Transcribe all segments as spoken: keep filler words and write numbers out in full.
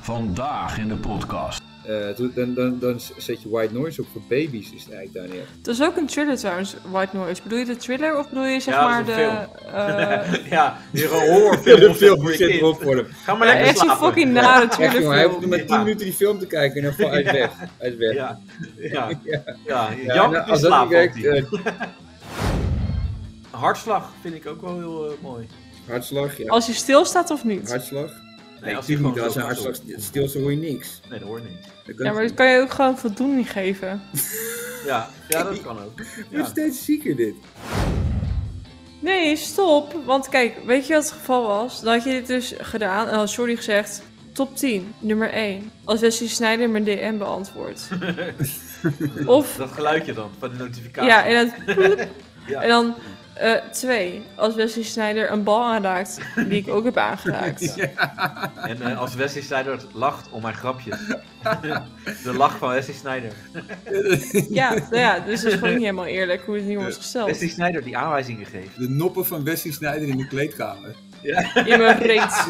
Vandaag in de podcast. Uh, dan, dan, dan zet je White Noise op voor baby's, is het eigenlijk daar neer. Dat is ook een thriller trouwens, White Noise. Bedoel je de thriller of bedoel je zeg ja, maar de... Uh... ja, die horrorfilm. De film die zit erop voor hem. Ga maar lekker ja, slapen. Echt zo'n fucking nare thrillerfilm. Hij hoeft nog maar tien ja. minuten die film te kijken en dan valt hij weg. Hij is weg. Ja, ja, ja. ja. ja Jan, nou, die als slaapt dat niet werkt, uh... Hartslag vind ik ook wel heel uh, mooi. Hartslag, ja. Als je stilstaat of niet? Hartslag? Nee, nee als je niet. Als een hartslag stil is, hoor je niks. Nee, dat hoor je niet. Ja, maar dat kan je ook gewoon voldoening geven. ja, ja, dat kan ook. Je wordt ja. steeds zieker dit. Nee, stop. Want kijk, weet je wat het geval was? Dan had je dit dus gedaan en had Jordi gezegd... Top tien, nummer één. Als Wesley Sneijder mijn D M beantwoordt. Of... Dat geluidje dan, van de notificatie. Ja, en dan... ja. En dan... Uh, twee, als Wesley Sneijder een bal aanraakt die ik ook heb aangeraakt. Ja. En uh, als Wesley Sneijder lacht om mijn grapjes. De lach van Wesley Sneijder. ja, nou ja, dus dat is gewoon niet helemaal eerlijk hoe het nu wordt gesteld. Wesley Sneijder die aanwijzingen geeft. De noppen van Wesley Sneijder in de kleedkamer. Ja. In mijn reet.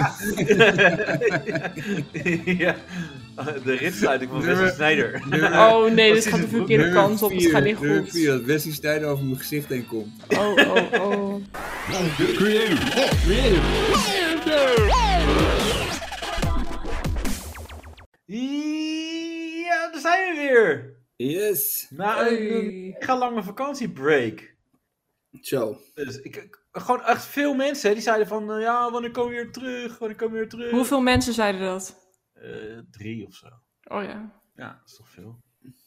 ja. De ritsluiting van Wesley Sneijder. Oh nee, dit gaat de verkeerde kant op. Het gaat niet goed. Nummer vier, dat Wesley Sneijder over mijn gezicht heen komt. Oh, oh, oh. Creative. Creative. Ja, daar zijn we weer. Yes. Na een, een mega lange vakantiebreak. Zo. Dus ik, ik, gewoon echt veel mensen die zeiden van, uh, ja, wanneer komen we weer terug? Wanneer komen we weer terug? Hoeveel mensen zeiden dat? Uh, drie of zo. Oh ja. Ja, dat is toch veel.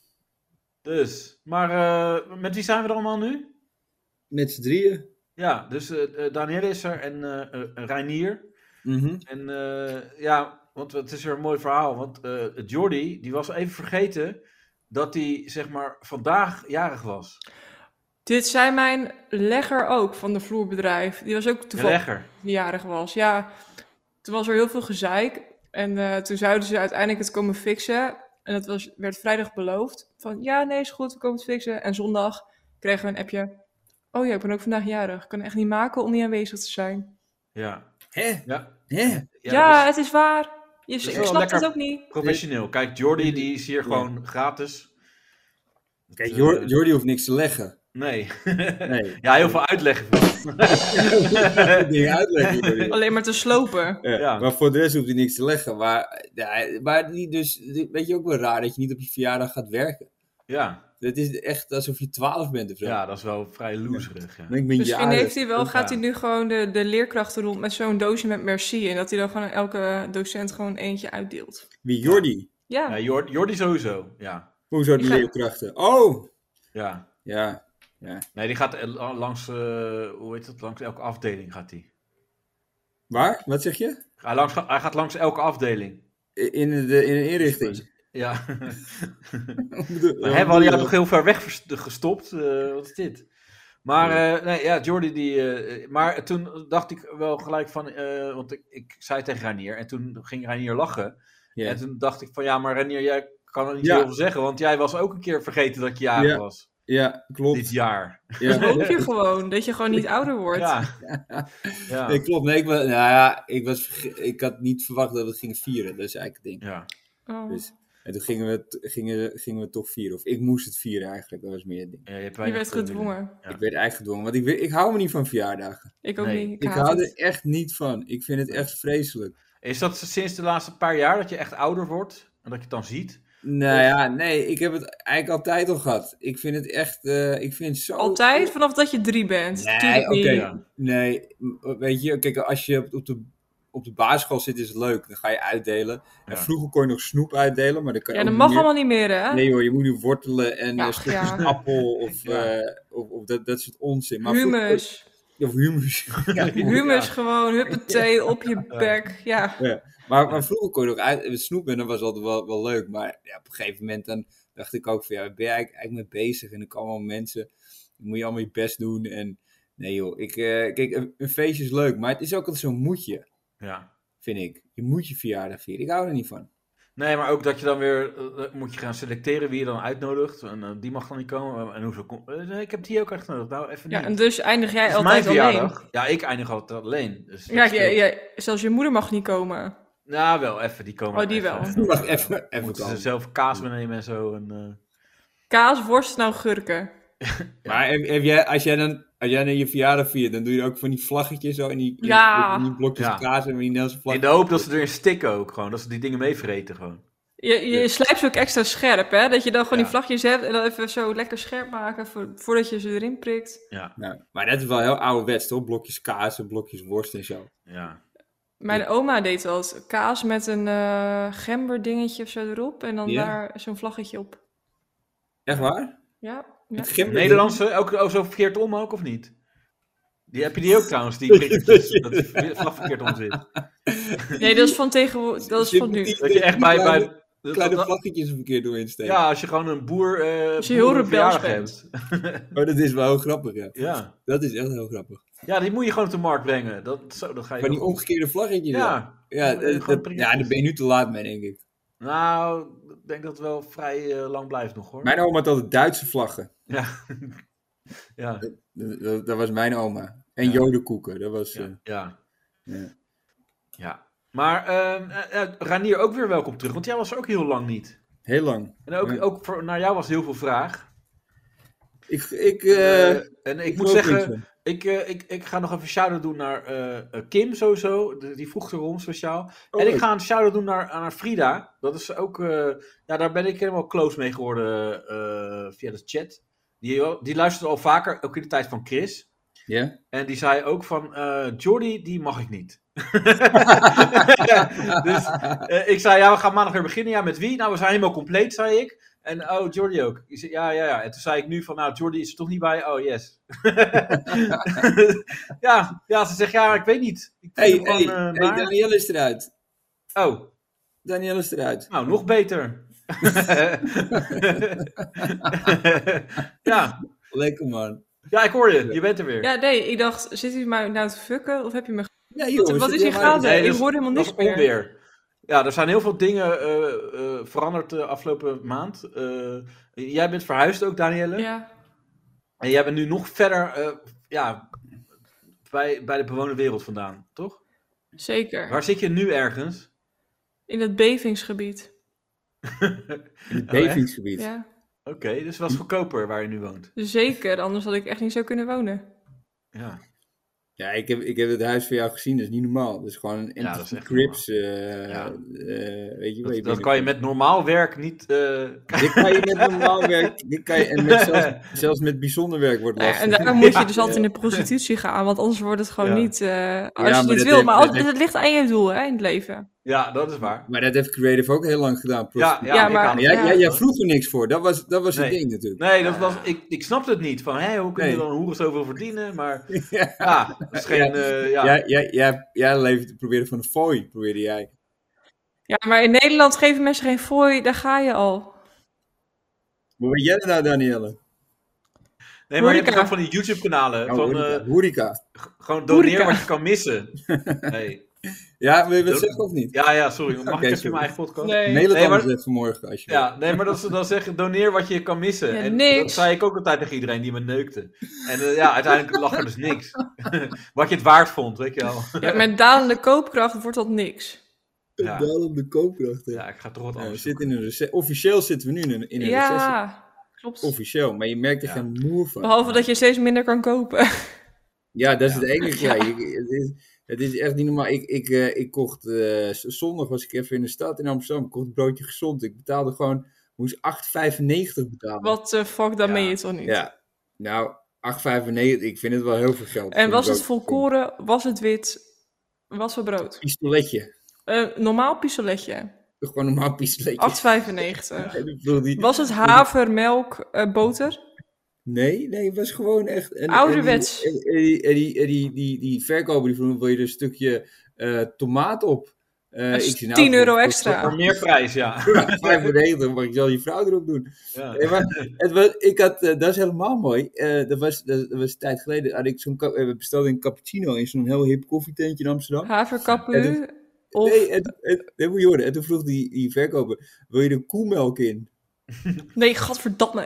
Dus, maar uh, met wie zijn we er allemaal nu? Met z'n drieën. Ja, dus uh, uh, Danielle is er en uh, uh, Reinier. Mm-hmm. En uh, ja, want het is weer een mooi verhaal. Want uh, Jordi, die was even vergeten dat hij, zeg maar, vandaag jarig was. Dit zei mijn legger ook van de vloerbedrijf. Die was ook toevallig die jarig was. Ja, toen was er heel veel gezeik. En uh, toen zouden ze uiteindelijk het komen fixen. En dat was, werd vrijdag beloofd. Van ja, nee, is goed, we komen het fixen. En zondag kregen we een appje. Oh ja, ik ben ook vandaag jarig. Ik kan het echt niet maken om niet aanwezig te zijn. Ja. Hè? Ja. Hè? Ja, ja is... het is waar. Je is ik snap het ook niet. Professioneel. Kijk, Jordi die is hier gewoon ja. gratis. Kijk, Jordi, Jordi hoeft niks te leggen. Nee. nee. Ja, heel veel uitleggen. Dingen uitleggen. Alleen maar te slopen. Ja, ja. Maar voor de rest hoeft hij niks te leggen. Maar, ja, maar niet dus, weet je ook wel raar dat je niet op je verjaardag gaat werken. Ja. Het is echt alsof je twaalf bent of zo. Ja, dat is wel vrij loezerig. Ja. Ja. Ik ben Misschien jarig. heeft hij wel, gaat hij nu gewoon de, de leerkrachten rond met zo'n doosje met merci. En dat hij dan gewoon aan elke docent gewoon eentje uitdeelt. Wie, Jordi? Ja. Ja, Jordi, Jordi sowieso, ja. Hoezo de leerkrachten? Oh! Ja. Ja. Ja. Nee, die gaat langs, uh, hoe heet het, langs elke afdeling gaat hij. Waar? Wat zeg je? Hij, langs, hij gaat langs elke afdeling. In, de, in een inrichting? Ja. Maar hebben we jou nog heel ver weg gestopt? Uh, wat is dit? Maar, uh, nee, ja, Jordi die... Uh, maar toen dacht ik wel gelijk van... Uh, want ik, ik zei tegen Reinier en toen ging Reinier lachen. Yeah. En toen dacht ik van, ja, maar Reinier, jij kan er niet ja. heel veel zeggen. Want jij was ook een keer vergeten dat je jarig ja. was. Ja, klopt. Dit jaar. Ja. Dat hoop je gewoon, dat je gewoon niet ouder wordt. Ja. ja. Nee, klopt. Nee, ik, was, nou ja, ik, was, ik had niet verwacht dat we het gingen vieren. Dat is eigenlijk het ding. Ja. Oh. Dus, en toen gingen we, gingen, gingen we toch vieren. Of ik moest het vieren eigenlijk. Dat was meer het ding. Ja, je, hebt je werd gedwongen. Ja. Ik werd eigenlijk gedwongen. Want ik, ik hou me niet van verjaardagen. Ik ook nee. niet. Ik, ik hou er echt niet van. Ik vind het echt vreselijk. Is dat sinds de laatste paar jaar dat je echt ouder wordt? En dat je het dan ziet? Nou ja, nee, ik heb het eigenlijk altijd al gehad. Ik vind het echt, uh, ik vind het zo... Altijd? Vanaf dat je drie bent? Nee, oké. Okay. Nee, weet je, kijk, als je op de, op de basisschool zit is het leuk. Dan ga je uitdelen. Ja. En vroeger kon je nog snoep uitdelen, maar dan kan je Ja, dat ook mag niet meer... allemaal niet meer, hè? Nee hoor, je moet nu wortelen en ja, uh, stukjes ja. appel of, ja. uh, of, of dat, dat soort onzin. Maar humus. Vroeger... Of humus. Ja, humus ja. gewoon, huppatee, op je bek, ja. ja. Maar, maar vroeger kon je nog uit snoepen en dat was altijd wel, wel leuk. Maar ja, op een gegeven moment dan dacht ik ook van ja, ben je eigenlijk, eigenlijk mee bezig? En dan komen allemaal mensen, dan moet je allemaal je best doen. En nee joh, ik, uh, kijk, een, een feestje is leuk, maar het is ook altijd zo'n moetje. Ja. Vind ik. Je moet je verjaardag vieren. Ik hou er niet van. Nee, maar ook dat je dan weer, uh, moet je gaan selecteren wie je dan uitnodigt. En uh, die mag dan niet komen. En hoeveel kom- uh, ik heb die ook uitgenodigd. Nou, even niet. Ja, en dus eindig jij is altijd alleen. Ja, ik eindig altijd alleen. Dus ja, ja, ja, zelfs je moeder mag niet komen. Nou, wel even. Die komen Oh, die even, wel. Mag even, even Moeten komen. ze zelf kaas meenemen en zo. En, uh... Kaas, worst, nou gurken. Maar heb, heb jij, als jij dan als jij dan je verjaardag viert, dan doe je ook van die vlaggetjes zo in die, in, Ja. in die blokjes Ja. kaas en die Nederlandse In vlaggetjes. de hoop dat ze erin stikken ook gewoon. Dat ze die dingen meevreten gewoon. Je, je slijpt ze ook extra scherp, hè? Dat je dan gewoon Ja. die vlagjes hebt en dan even zo lekker scherp maken vo- voordat je ze erin prikt. Ja, Nou, maar dat is wel heel ouderwets, toch? Blokjes kaas en blokjes worst en zo. ja. Mijn oma deed dat. Kaas met een eh gember dingetje of zo erop en dan Ja. daar zo'n vlaggetje op. Echt waar? Ja. ja. Met gember- Nederlandse, ook oh, zo verkeerd om ook, of niet? Die, heb je die ook trouwens, die prikjes, dat de vlag verkeerd om zit? Nee, dat is van tegenwoordig. Dat is van nu. Dat je echt bij... bij dat- Kleine dat- vlaggetjes er verkeerd doorheen steken. ja, als je gewoon een boer, uh, Als je heel rebels verjaardag bent. hebt. Oh, dat is wel heel grappig, ja. Ja. Dat is echt heel grappig. ja, die moet je gewoon op de markt brengen. Dat, zo, dat ga je Van die ook- omgekeerde vlaggetjes. Ja. Ja, Ja, dat- gewoon dat- prikjes. ja, daar ben je nu te laat mee, denk ik. Nou, ik denk dat het wel vrij uh, lang blijft nog, hoor. Mijn oma had altijd Duitse vlaggen. Ja. ja. Dat, dat, dat was mijn oma. En Ja. jodenkoeken, dat was... Ja. eh, ja. ja. Ja. Maar uh, uh, Ranier, ook weer welkom terug, want jij was er ook heel lang niet. Heel lang. En ook, Ja. ook voor, naar jou was heel veel vraag. Ik, ik, eh, Uh, en ik moet geloof niks zeggen, van. ik, uh, ik, ik ga nog even een shout-out doen naar uh, uh, Kim sowieso. De, die vroeg erom speciaal. Oh, en ik leuk. ga een shout-out doen naar, naar Frida. Dat is ook, uh, ja, daar ben ik helemaal close mee geworden uh, via de chat. Die, die luisterde al vaker, ook in de tijd van Chris. Ja? En die zei ook van, uh, Jordi, die mag ik niet. dus uh, ik zei, ja, we gaan maandag weer beginnen. Ja, met wie? Nou, we zijn helemaal compleet, zei ik. En, oh, Jordi ook. Ik zei, ja, ja, ja. En toen zei ik nu van, nou, Jordi is er toch niet bij? Oh, yes. ja, ja, ze zegt, ja, ik weet niet. Ik Hey, vind hey, het gewoon, uh, hey, naar. Danielle is eruit. Oh, Danielle is eruit. nou, nog beter. ja. Lekker, man. ja, ik hoor je. Je bent er weer. Ja, nee, ik dacht, zit u mij nou te fucken of heb je me... Ja, joh, Wat zit is hier maar- gaande? Nee, Ik dat is- hoor helemaal dat niks is meer. onweer. Ja, er zijn heel veel dingen uh, uh, veranderd de afgelopen maand. Uh, jij bent verhuisd ook, Danielle. Ja. En jij bent nu nog verder uh, ja, bij, bij de bewoonde wereld vandaan, toch? Zeker. Waar zit je nu ergens? In het bevingsgebied. In het bevingsgebied. Ja. Oké, okay, dus was goedkoper waar je nu woont. Zeker, anders had ik echt niet zo kunnen wonen. Ja. Ja, ik heb, ik heb het huis van jou gezien, dat is niet normaal. Dat is gewoon een Ja, dat is empty echt cribs. uh, Ja. uh, weet je, waar Dat, je dat kan je met normaal werk niet... Uh... Dit kan je met normaal werk, dit kan je, en met zelfs, zelfs met bijzonder werk wordt Nou ja, lastig. en daarom moet je dus altijd in de prostitutie gaan, want anders wordt het gewoon Ja. niet... Uh, als Ja, je maar dit dat wil, heeft- maar dat als, heeft- het ligt aan je doel hè, in het leven. Ja, dat is waar. Maar dat heeft Creative ook heel lang gedaan. Ja, ja, Ja, ik maar- haal het Jij, wel. jij, jij vroeg er niks voor, dat was, dat was Nee. het ding natuurlijk. Nee, dat was, ik, ik snapte het niet. Van, hé, hoe kun je Nee. dan hoeren zoveel verdienen? Maar Ja. ja, dat is geen... Uh, ja. Jij, jij, jij, jij leefde, probeerde van de fooi, probeerde jij. Ja, maar in Nederland geven mensen geen fooi, daar ga je al. Hoe weet jij dat nou, Danielle? Nee, maar je hebt Horeca. ook van die YouTube-kanalen. Oh, van, horeca. uh, horeca. g- gewoon doneer Horeca. wat je kan missen. Nee. Ja, wil je wat Doe- zeggen of niet? Ja, ja, sorry. Mag Oké, ik even sorry. mijn eigen podcast? Nee. Mail het Nee, anders maar- even vanmorgen, alsjeblieft. Ja, nee, maar dat ze dan zeggen, doneer wat je kan missen. Ja, en niks. dat zei ik ook altijd tegen iedereen die me neukte. En uh, ja, uiteindelijk lag er dus niks. wat je het waard vond, weet je wel. Ja, met dalende koopkracht wordt dat niks. Ja. Dalende koopkracht, hè. Ja, ik ga toch wat Ja, we anders zitten in een rece- Officieel zitten we nu in een, in een recessie. Ja, klopt. Officieel, maar je merkt er Ja. geen moer van. Behalve dat je steeds minder kan kopen. Ja, dat is Ja. het enige. Ja. Je- het, is, het is echt niet normaal. Ik, ik, uh, ik kocht, uh, zondag was ik even in de stad in Amsterdam. Ik kocht een broodje gezond. Ik betaalde gewoon, moest acht vijfennegentig betalen. Wat de fuck, dat Ja. meen je toch niet? Ja, nou, acht vijfennegentig, ik vind het wel heel veel geld. En voor was een het broodje volkoren, was het wit, wat voor brood? gezond. Pistoletje. Uh, normaal pistoletje, Gewoon een normaal pistoletje. acht vijfennegentig. En ik bedoel, die- Was het haver, melk, uh, boter? Nee, nee, het was gewoon echt... En, Ouderwets. En die, en die, en die, en die, die, die verkoper die vroeg, wil je er een stukje uh, tomaat op? Uh, Dat is ik zei, tien euro voor- extra. Voor meer prijs, ja. voor vijfennegentig, mag ik zal je vrouw erop doen. ja. Nee, maar het was, ik had, uh, dat is helemaal mooi. Uh, dat, was, dat, dat was een tijd geleden. Had ik zo'n, ka- we bestelden een cappuccino in zo'n heel hip koffietentje in Amsterdam. Haverkapu En of... Nee, en, en, en, moet je horen. En toen vroeg die, die verkoper, wil je er koemelk in? Nee, gadverdamme.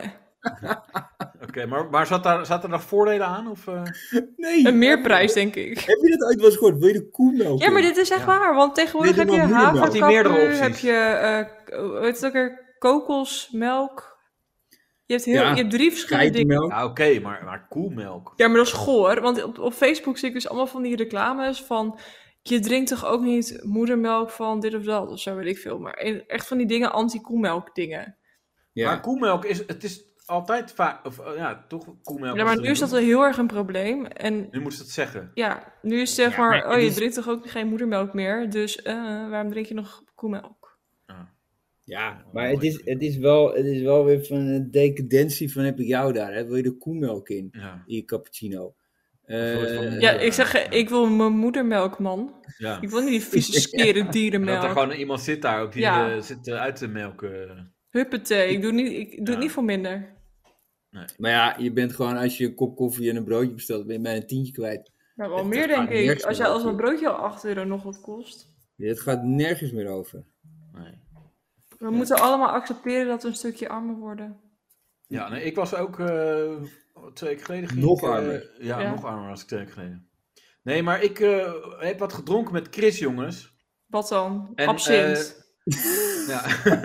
Oké, okay, maar, maar zat, daar, zat er nog voordelen aan? Of, uh... Nee. Een meerprijs, denk ik. Heb je dat ooit wel eens gehoord? Wil je de koemelk? Ja, maar dit is echt ja. waar. Want tegenwoordig heb je haverkappen, heb je, uh, hoe heet het ook weer, kokosmelk. Je hebt, heel, ja, je hebt drie verschillende dingen. Ja, oké, okay, maar, maar koemelk. Ja, maar dat is goor. Want op, op Facebook zie ik dus allemaal van die reclames van... Je drinkt toch ook niet moedermelk van dit of dat, of zo weet ik veel. Maar echt van die dingen, anti-koemelk dingen. Ja. Maar koemelk is, het is altijd vaak, of ja, toch koemelk. Ja, maar nu is dat wel heel erg een probleem. En, nu moet je dat zeggen. Ja, nu is zeg ja, maar, maar oh, je is... drinkt toch ook geen moedermelk meer, dus uh, waarom drink je nog koemelk? Ah. Ja, maar het is, het, is wel, het is wel weer van een decadentie van heb ik jou daar, hè? Wil je de koemelk in, ja. in je cappuccino? Uh, ja, ik zeg, ik wil mijn moedermelk, man. Ja. Ik wil niet die vieze skere dierenmelk. Dat er gewoon iemand zit daar ook die ja. uh, zit uh, uit te melken. Huppatee, ik doe, niet, ik doe ja. het niet voor minder. Nee. Maar ja, je bent gewoon, als je een kop koffie en een broodje bestelt, ben je bijna een tientje kwijt. Nou, wel meer denk ik. Als, je, als een broodje al acht euro nog wat kost. Ja, het gaat nergens meer over. Nee. We ja. moeten allemaal accepteren dat we een stukje armer worden. Ja, nee, ik was ook uh, twee weken geleden... Ging nog ik, uh, armer. Ja, ja, nog armer was ik twee weken geleden. Nee, maar ik uh, heb wat gedronken met Chris, jongens. Wat dan? En, Absint. Uh, ja.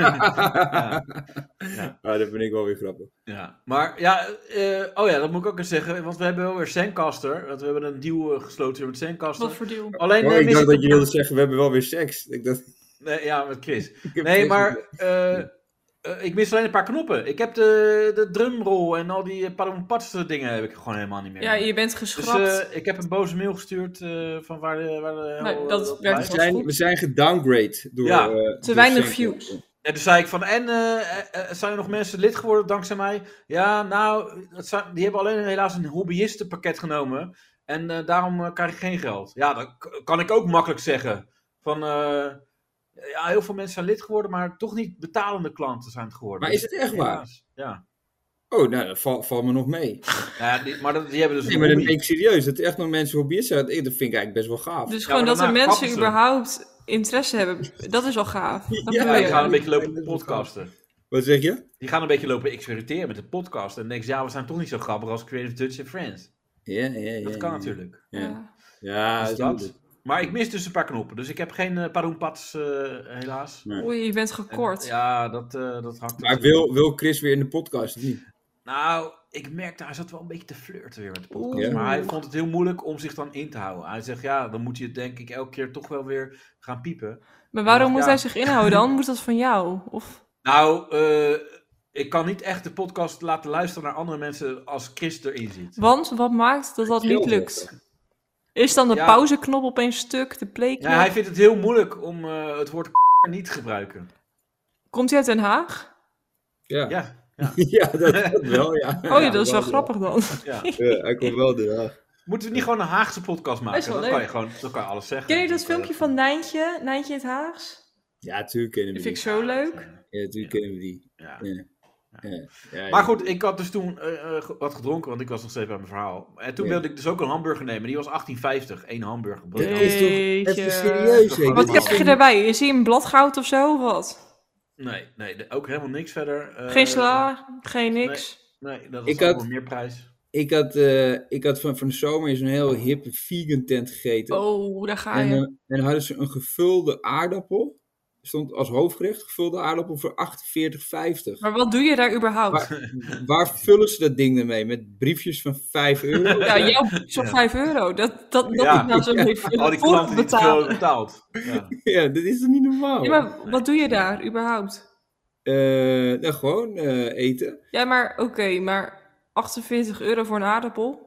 ja. ja. Ah, dat vind ik wel weer grappig. Ja, maar ja, uh, oh ja, dat moet ik ook eens zeggen, want we hebben wel weer Zencaster, want we hebben een deal uh, gesloten met Zencaster. Wat voor deal? Alleen, oh, uh, ik dacht dat je wilde zeggen, we hebben wel weer seks. Ik dacht... Nee, ja, met Chris. Nee, maar uh, uh, ik mis alleen een paar knoppen. Ik heb de, de drumroll en al die padompats dingen heb ik gewoon helemaal niet meer. Ja, je bent geschrapt. Dus uh, ik heb een boze mail gestuurd uh, van waar de, waar de nee, hel, dat dat werkt we, zijn, we zijn gedowngrade door... Ja. Uh, te weinig views. En toen zei ik van, en uh, uh, zijn er nog mensen lid geworden dankzij mij? Ja, nou, dat zijn, die hebben alleen helaas een hobbyistenpakket genomen. En uh, daarom uh, krijg ik geen geld. Ja, dat k- kan ik ook makkelijk zeggen. Van, uh, ja, heel veel mensen zijn lid geworden, maar toch niet betalende klanten zijn het geworden. Maar is het echt waar? Helaas. Ja. Oh, nou, dat valt val me nog mee. Ja, die, maar dat, die hebben dus nee, maar dan ben ik serieus. Dat er echt nog mensen hobbyisten zijn, dat vind ik eigenlijk best wel gaaf. Dus ja, gewoon dat er mensen überhaupt interesse hebben, dat is al gaaf. Dat ja, die gaan een beetje lopen podcasten. Wat zeg je? Die gaan een beetje lopen experimenteren met de podcast. En denken ze, ja, we zijn toch niet zo grappig als Creative Dutch and Friends. Ja, ja, ja. Dat kan ja. natuurlijk. Ja, ja, ja dus dat. dat. Maar ik mis dus een paar knoppen. Dus ik heb geen uh, padoempats, uh, helaas. Nee. Oei, je bent gekort. En, ja, dat, uh, dat hakt. Maar wil, wil Chris weer in de podcast of niet? Nou, ik merkte, hij zat wel een beetje te flirten weer met de podcast. Oeh. Maar hij vond het heel moeilijk om zich dan in te houden. Hij zegt, ja, dan moet je denk ik elke keer toch wel weer gaan piepen. Maar waarom dacht, moet ja. hij zich inhouden dan? Moet dat van jou? Of... Nou, uh, ik kan niet echt de podcast laten luisteren naar andere mensen als Chris erin zit. Want, wat maakt dat dat niet lukt? Is dan de ja. pauzeknop opeens stuk, de playknop? Ja, hij vindt het heel moeilijk om uh, het woord k*** niet te gebruiken. Komt hij uit Den Haag? Ja. Ja. Ja, ja dat, dat wel, ja. Oh ja, dat is wel, wel grappig dan. Ja. ja, hij komt wel Den Haag. Moeten we niet gewoon een Haagse podcast maken? Dan kan je gewoon dan kan je alles zeggen. Ken je dat filmpje van Nijntje? Nijntje in het Haags? Ja, natuurlijk kennen we die. Dat vind ik zo leuk. Ja, natuurlijk kennen we die. Ja. Ja. Ja. Ja, ja, maar goed, ik had dus toen uh, uh, wat gedronken, want ik was nog steeds bij mijn verhaal. En toen ja. wilde ik dus ook een hamburger nemen. Die was achttien vijftig, één hamburger. Dat is toch even serieus, hè? Wat krijg je daarbij? Is hij een bladgoud of zo, of wat? Nee, nee, ook helemaal niks verder. Uh, geen sla, geen niks? Nee, nee dat was ik ook had, meer prijs. Ik had, uh, ik had van, van de zomer zo'n heel hippe vegan tent gegeten. Oh, daar ga en, je. Uh, en dan hadden ze een gevulde aardappel. Stond als hoofdgerecht gevulde aardappel voor achtenveertig vijftig. Maar wat doe je daar überhaupt? Waar, waar vullen ze dat ding dan mee? Met briefjes van vijf euro? Ja, jouw briefjes van vijf euro. Dat, dat, dat ja. is nou zo'n ja. beetje al die klanten die veel betaald. Ja. ja, dat is toch niet normaal? Ja, maar wat doe je daar überhaupt? Uh, nou, gewoon uh, eten. Ja, maar oké, okay, maar achtenveertig euro voor een aardappel?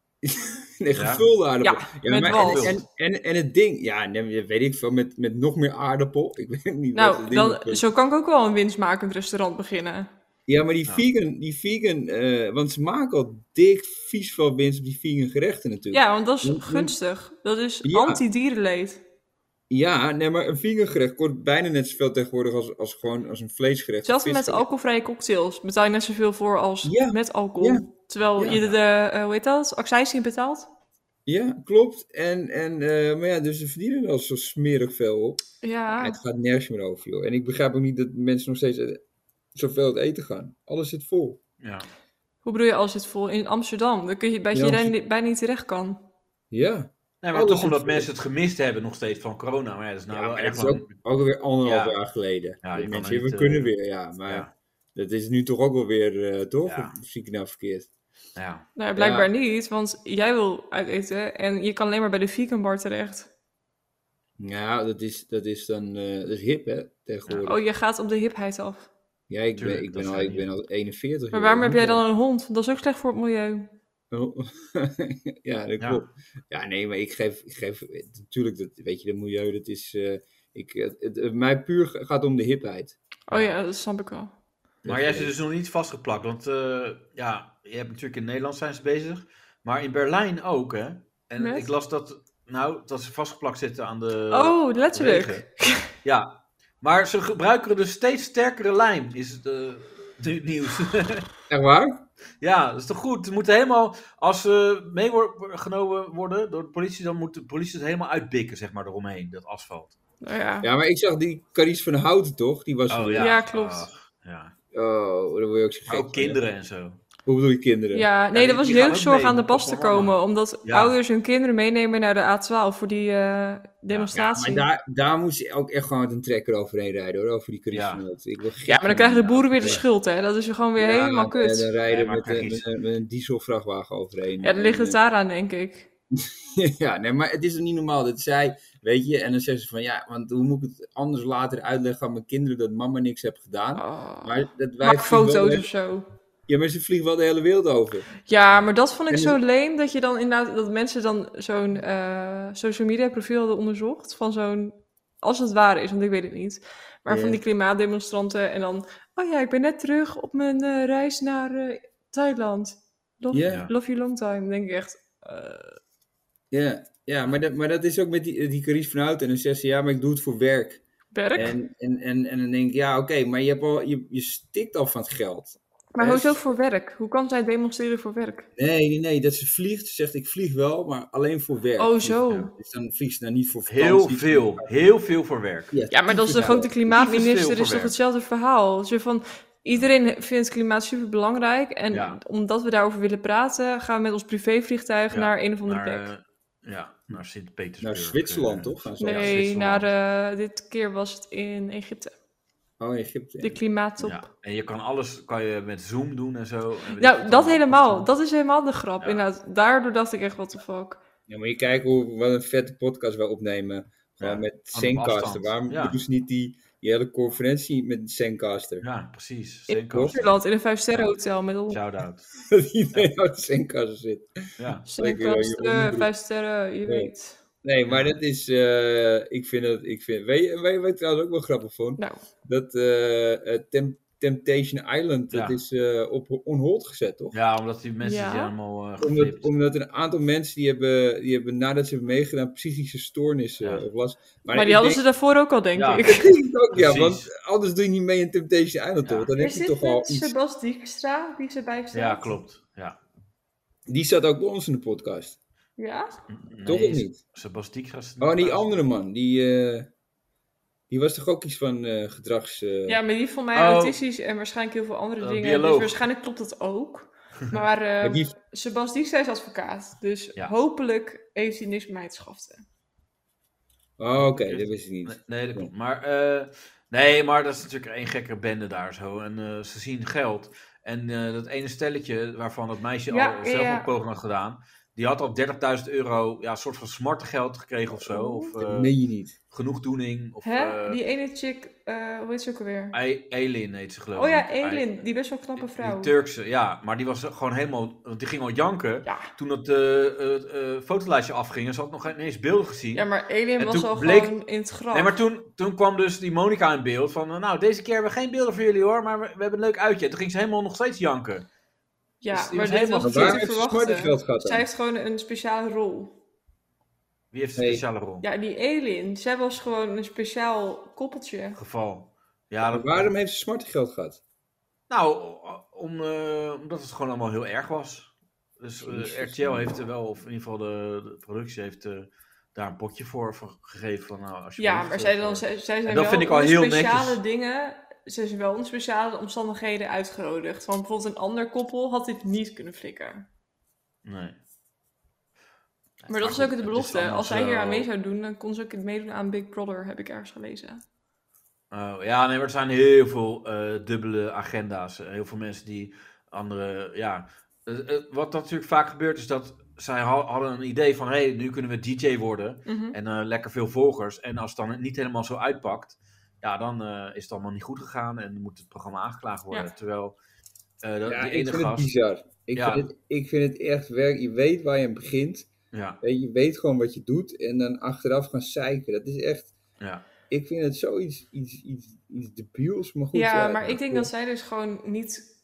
Nee, gevulde ja. aardappel. Ja, ja met maar, en, en, en, en het ding, ja, nee, weet ik veel, met, met nog meer aardappel. Ik weet niet nou, wat het dan, ding zo kan ik ook wel een winstmakend restaurant beginnen. Ja, maar die ja. vegan, die vegan uh, want ze maken al dik vies veel winst op die vegan gerechten natuurlijk. Ja, want dat is ja. gunstig. Dat is ja. anti-dierenleed. Ja, nee, maar een vegan gerecht kost bijna net zoveel tegenwoordig als, als gewoon als een vleesgerecht. Zelfs met alcoholvrije cocktails betaal je net zoveel voor als ja. met alcohol. Ja. Terwijl ja. je de, de uh, hoe heet dat, accijns niet betaalt. Ja, klopt. En, en, uh, maar ja, dus ze verdienen er al zo smerig veel op. Ja. Maar het gaat nergens meer over, joh. En ik begrijp ook niet dat mensen nog steeds zoveel het eten gaan. Alles zit vol. Ja. Hoe bedoel je als het vol? In Amsterdam? Dan kun je bij Ja, je bijna niet terecht kan. Ja. Nee, maar Alles toch omdat is- mensen het gemist hebben nog steeds van corona. Maar ja, dat is nou Ja, wel maar echt dat is ook, ook alweer anderhalf Ja. jaar geleden. Ja, De je kan mensen, er we niet, kunnen uh, weer, ja. Maar ja. dat is nu toch ook wel weer, uh, toch? Ja. Of zie ik nou verkeerd? Ja. Nou ja, blijkbaar Ja. niet, want jij wil uiteten en je kan alleen maar bij de vegan bar terecht. Ja, dat is, dat is dan uh, dat is hip, hè, tegenwoordig. Oh, je gaat op de hipheid af. Ja, ik Tuurlijk, ben, ik dat ben, al, ga je ik ben niet. al eenenveertig. Maar joh. waarom heb jij Moet dan een hond? Dat is ook slecht voor het milieu. wel. Ja, dat Ja. klopt. Ja, nee, maar ik geef, ik geef natuurlijk, dat, weet je, het milieu, dat is, uh, ik, het, het, het, mij puur gaat om de hipheid. Oh ja, dat snap ik wel. Maar jij zit dus nog niet vastgeplakt. Want uh, ja, je hebt natuurlijk in Nederland zijn ze bezig. Maar in Berlijn ook, hè? En Met? ik las dat, nou, dat ze vastgeplakt zitten aan de Oh, letterlijk. wegen. Ja, maar ze gebruiken dus steeds sterkere lijm, is het, uh, het nieuws. Echt waar? Ja, dat is toch goed? Ze moeten helemaal, als ze meegenomen worden door de politie, dan moet de politie het helemaal uitbikken, zeg maar, eromheen, dat asfalt. Oh ja. Ja, maar ik zag die Carice van Houten, toch? Die was Oh er- ja, Ja, klopt. Ach, ja. Oh, daar word je ook zo Maar gek ook van, hè? kinderen en zo. Hoe bedoel je kinderen? Ja, nee, Ja, er was die gaan jeugdzorg ook mee, aan de moet pas te toch wel komen, allemaal. omdat Ja. ouders hun kinderen meenemen naar de A twaalf voor die uh, demonstratie. Ja, maar daar, daar moest je ook echt gewoon met een trekker overheen rijden, hoor. Over die Carice Ja. van Houten. Ik word gek Ja, maar dan van krijgen de die- boeren weer de Ja. schuld, hè. Dat is er gewoon weer Ja, helemaal en kut. dan rijden Nee, maar met, een- Carice- met, een- met een dieselvrachtwagen overheen. Ja, dan ligt En, het daaraan, denk ik. Ja, nee, maar het is toch niet normaal dat zij, weet je, en dan zeggen ze van ja, want hoe moet ik het anders later uitleggen aan mijn kinderen dat mama niks heeft gedaan? Oh. Maar dat wij Maak vliegen wel foto's de- of zo. Ja, maar ze vliegen wel de hele wereld over. Ja, maar dat vond ik En- zo leem, dat je dan inderdaad, dat mensen dan zo'n eh, social media profiel hadden onderzocht, van zo'n, als het waar is, want ik weet het niet, maar Ja. van die klimaatdemonstranten en dan, oh ja, ik ben net terug op mijn eh, reis naar eh, Thailand. Love, Ja. love you long time, denk ik echt. eh, Ja, ja maar, dat, maar dat is ook met die, die Carice van Houten. En dan zegt ze ja, maar ik doe het voor werk. werk? En, en, en, en dan denk ik, ja, oké, maar je, hebt al, je, je stikt al van het geld. maar Yes. hoezo voor werk? Hoe kan zij demonstreren voor werk? Nee, nee, nee, dat ze vliegt. Ze zegt, ik vlieg wel, maar alleen voor werk. Oh, zo. Ja, dus dan vliegt ze nou niet voor vakantie. Heel veel, heel veel voor werk. Ja, maar dat is toch typisch ook de wel. klimaatminister, Typisch veel is toch voor hetzelfde verhaal. Zo van, iedereen vindt het klimaat super belangrijk en Ja. omdat we daarover willen praten, gaan we met ons privévliegtuig Ja, naar een of andere Naar, plek. eh, ja, naar Sint-Petersburg. Naar Zwitserland, eh, toch? Gaan ze ja, Nee, Zwitserland. naar, uh, dit keer was het in Egypte. Oh, Egypte. De klimaattop. Ja, en je kan alles kan je met Zoom doen en zo. En weet ik Nou, wat dat allemaal. helemaal. Dat is helemaal de grap. Ja. Inderdaad, daardoor dacht ik echt, what the fuck. Ja, maar je kijkt hoe, wat een vette podcast we opnemen. Gewoon Ja, met aan op Zencaster. afstand. Waarom Ja. doen ze niet die, die hele conferentie met Zencaster? Ja, precies. In Zencaster. Nederland, in een vijf-sterren hotel met al Shout-out. Dat iedereen op Zencaster zit. Ja. Lekker, joh, je Zenkast, onderbroek. vijf sterren, je Ja. weet. Nee, maar dat is, eh, ik vind het, ik vind, weet je, weet je wat ik trouwens ook wel grappig vond? Nou, Dat eh, eh, Tem- Temptation Island, dat Ja. is eh, op on hold gezet, toch? Ja, omdat die mensen Ja. die allemaal uh, Omdat, geflipt. omdat een aantal mensen die hebben, die hebben nadat ze hebben meegedaan psychische stoornissen Ja. of last. maar, die ik hadden denk- ze daarvoor ook al, denk Ja. ik. Dat denk ik ook, ja, Precies. want anders doe je niet mee in Temptation Island, Ja. toch? Dan heb Is je dit toch al met iets. Sebas Dijkstra, die ze bijstaat? Ja, klopt. Ja. Die zat ook bij ons in de podcast. Ja? Nee, Toch of niet? Sebastiek gaat Oh, die andere man, die, eh, die was toch ook iets van eh, gedrags... eh, Ja, maar die vond mij Oh. autistisch en waarschijnlijk heel veel andere Een dingen. bioloog. Dus waarschijnlijk klopt dat ook. Maar, uh, Maar die- Sebas Dijkstra is advocaat. Dus Ja. hopelijk heeft hij niks met mij te schaften. Oh, oké, dat wist ik niet. Nee, nee, dat klopt. Maar, eh, nee, maar dat is natuurlijk één gekke bende daar zo. En eh, ze zien geld. En eh, dat ene stelletje waarvan dat meisje Ja, al zelf ja. een poging had gedaan. Die had al dertigduizend euro, ja, een soort van smartengeld gekregen of zo. Of Dat eh, meen je niet. genoegdoening. Of, Hè? eh, Die ene chick, uh, hoe heet ze ook alweer? Ei- Eileen heet ze geloof Oh ik. ja, Ei- Elin, die best wel knappe Die, vrouw. die Turkse, ja. Maar die was gewoon helemaal, want die ging al janken. Ja. Toen dat eh, eh, eh, fotolijstje afging. En ze had nog geen eens beelden gezien. Ja, maar Elin En was toen al bleek- gewoon in het graf. Nee, maar toen, toen kwam dus die Monica in beeld van, nou, deze keer hebben we geen beelden voor jullie hoor, maar we, we hebben een leuk uitje. En toen ging ze helemaal nog steeds janken. Ja, dus die maar was dit helemaal was Maar niet waar te heeft ze smartengeld verwachten. gehad dan? Zij heeft gewoon een speciale rol. Wie heeft een Nee. speciale rol? Ja, die Elin, zij was gewoon een speciaal koppeltje. Geval. Ja, dat, Waarom heeft ze smartengeld gehad? Nou, om, eh, omdat het gewoon allemaal heel erg was. Dus eh, Jezus, R T L man. heeft er wel, of in ieder geval de, de productie heeft eh, daar een potje voor, voor gegeven. Van, nou, alsjeblieft, Ja, maar zij, of, dan, eh, zij, zij zijn dat wel vind ik al hoe heel speciale netjes. dingen ze is wel in speciale omstandigheden uitgenodigd. Want bijvoorbeeld een ander koppel had dit niet kunnen flikken. Nee. Maar dat is ook de belofte. Als zij hier zo... aan mee zou doen, dan kon ze ook meedoen aan Big Brother, heb ik ergens gelezen. Oh, ja, nee, maar er zijn heel veel uh, dubbele agenda's. Heel veel mensen die andere, ja... Uh, uh, wat natuurlijk vaak gebeurt is dat zij ha- hadden een idee van, hé, hey, nu kunnen we D J worden. Mm-hmm. En uh, lekker veel volgers. En als het dan niet helemaal zo uitpakt, ja, dan uh, is het allemaal niet goed gegaan. En moet het programma aangeklaagd worden. Ja. Terwijl uh, de, ja, die ik ene vind gast... het bizar. Ik, Ja. vind het, ik vind het echt werk. Je weet waar je aan begint. Ja. Je weet gewoon wat je doet. En dan achteraf gaan zeiken. Dat is echt... Ja. Ik vind het zoiets iets, iets, iets debiels. Maar goed, ja, ja, maar ik denk ja. dat zij dus gewoon niet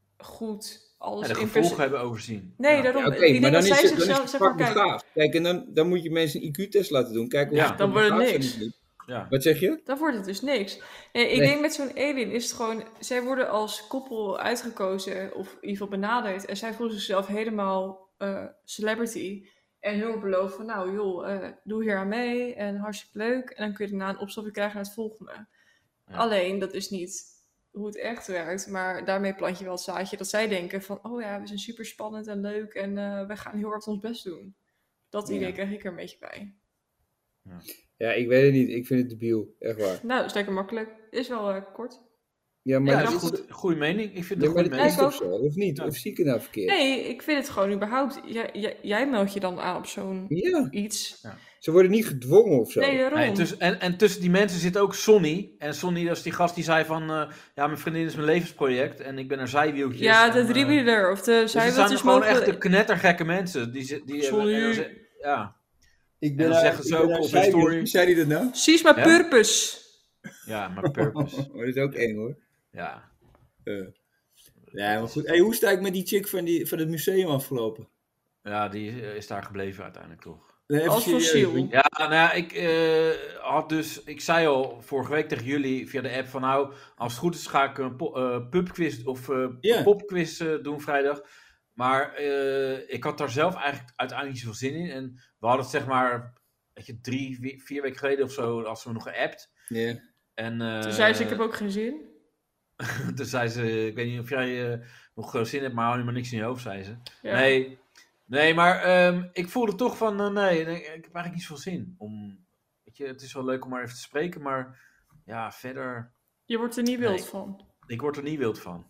goed alles Ja, de in gevolgen perso- hebben overzien. Nee, ja. daarom. Ja, Oké, ik maar denk dan dat is zij het, dan is zichzelf, het zeg maar, vak kijk, begaafd. Kijk, en dan, dan moet je mensen een I Q-test laten doen. Kijken of Ja, ze dan wordt het begaafd zijn niks. of niet. Ja. Wat zeg je? dan wordt het dus niks. Nee, ik Nee. denk met zo'n alien is het gewoon... Zij worden als koppel uitgekozen, of in ieder geval benaderd. En zij voelen zichzelf helemaal uh, celebrity. En heel erg beloofd van, nou joh, uh, doe hier aan mee. En hartstikke leuk. En dan kun je daarna een opstapje krijgen naar het volgende. Ja. Alleen, dat is niet hoe het echt werkt. Maar daarmee plant je wel het zaadje dat zij denken van... Oh ja, we zijn super spannend en leuk. En uh, we gaan heel hard ons best doen. Dat idee Ja. krijg ik er een beetje bij. Ja. ja, ik weet het niet. Ik vind het debiel. Echt waar. Nou, dat is lekker makkelijk. Is wel uh, kort. Ja, maar Ja, dat dat is is een goede mening. Ik vind het Ja, een maar goede dat is mening. toch zo, of niet? Ja. Of zie ik het nou verkeerd? Nee, ik vind het gewoon überhaupt... Jij, jij, jij meldt je dan aan op zo'n Ja, iets. ze worden niet gedwongen of zo. Nee, daarom. Nee, tussen, en, en tussen die mensen zit ook Sonny. En Sonny, dat is die gast die zei van... Uh, ja, mijn vriendin is mijn levensproject. En ik ben een zijwieltjes. Ja, de en, uh, driewieler of de dus het zijn zijwieltjes gewoon mogen... echt de knettergekke mensen. Die, zi- die, Sonny. en dan ze- ja. Ik En dan zeggen ze ook op hun story... Hoe zei hij dat nou? Precies, maar Ja? purpose. Ja, maar purpose. Oh, dat is ook eng hoor. Ja. Uh. Ja, maar goed. Hey, hoe sta ik met die chick van, die, van het museum afgelopen? Ja, die uh, is daar gebleven uiteindelijk toch. Nee, even Als serieus, fossiel. want- Ja, nou ja, ik uh, had dus, ik zei al vorige week tegen jullie via de app van nou, als het goed is ga ik een po- uh, pubquiz of uh, Ja. een popquiz uh, doen vrijdag. Maar uh, ik had daar zelf eigenlijk uiteindelijk niet zoveel zin in. En we hadden het zeg maar, weet je, drie, vier weken geleden of zo, als we nog geappt. Ja. En, uh, Toen zei ze, ik heb ook geen zin. toen zei ze, ik weet niet of jij uh, nog uh, zin hebt, maar hou nu maar niks in je hoofd, zei ze. Ja. Nee, nee, maar um, ik voelde toch van, uh, nee, nee, ik heb eigenlijk niet zoveel zin om, weet je, het is wel leuk om maar even te spreken, maar ja, verder, Je wordt er niet wild Nee. van. ik word er niet wild van.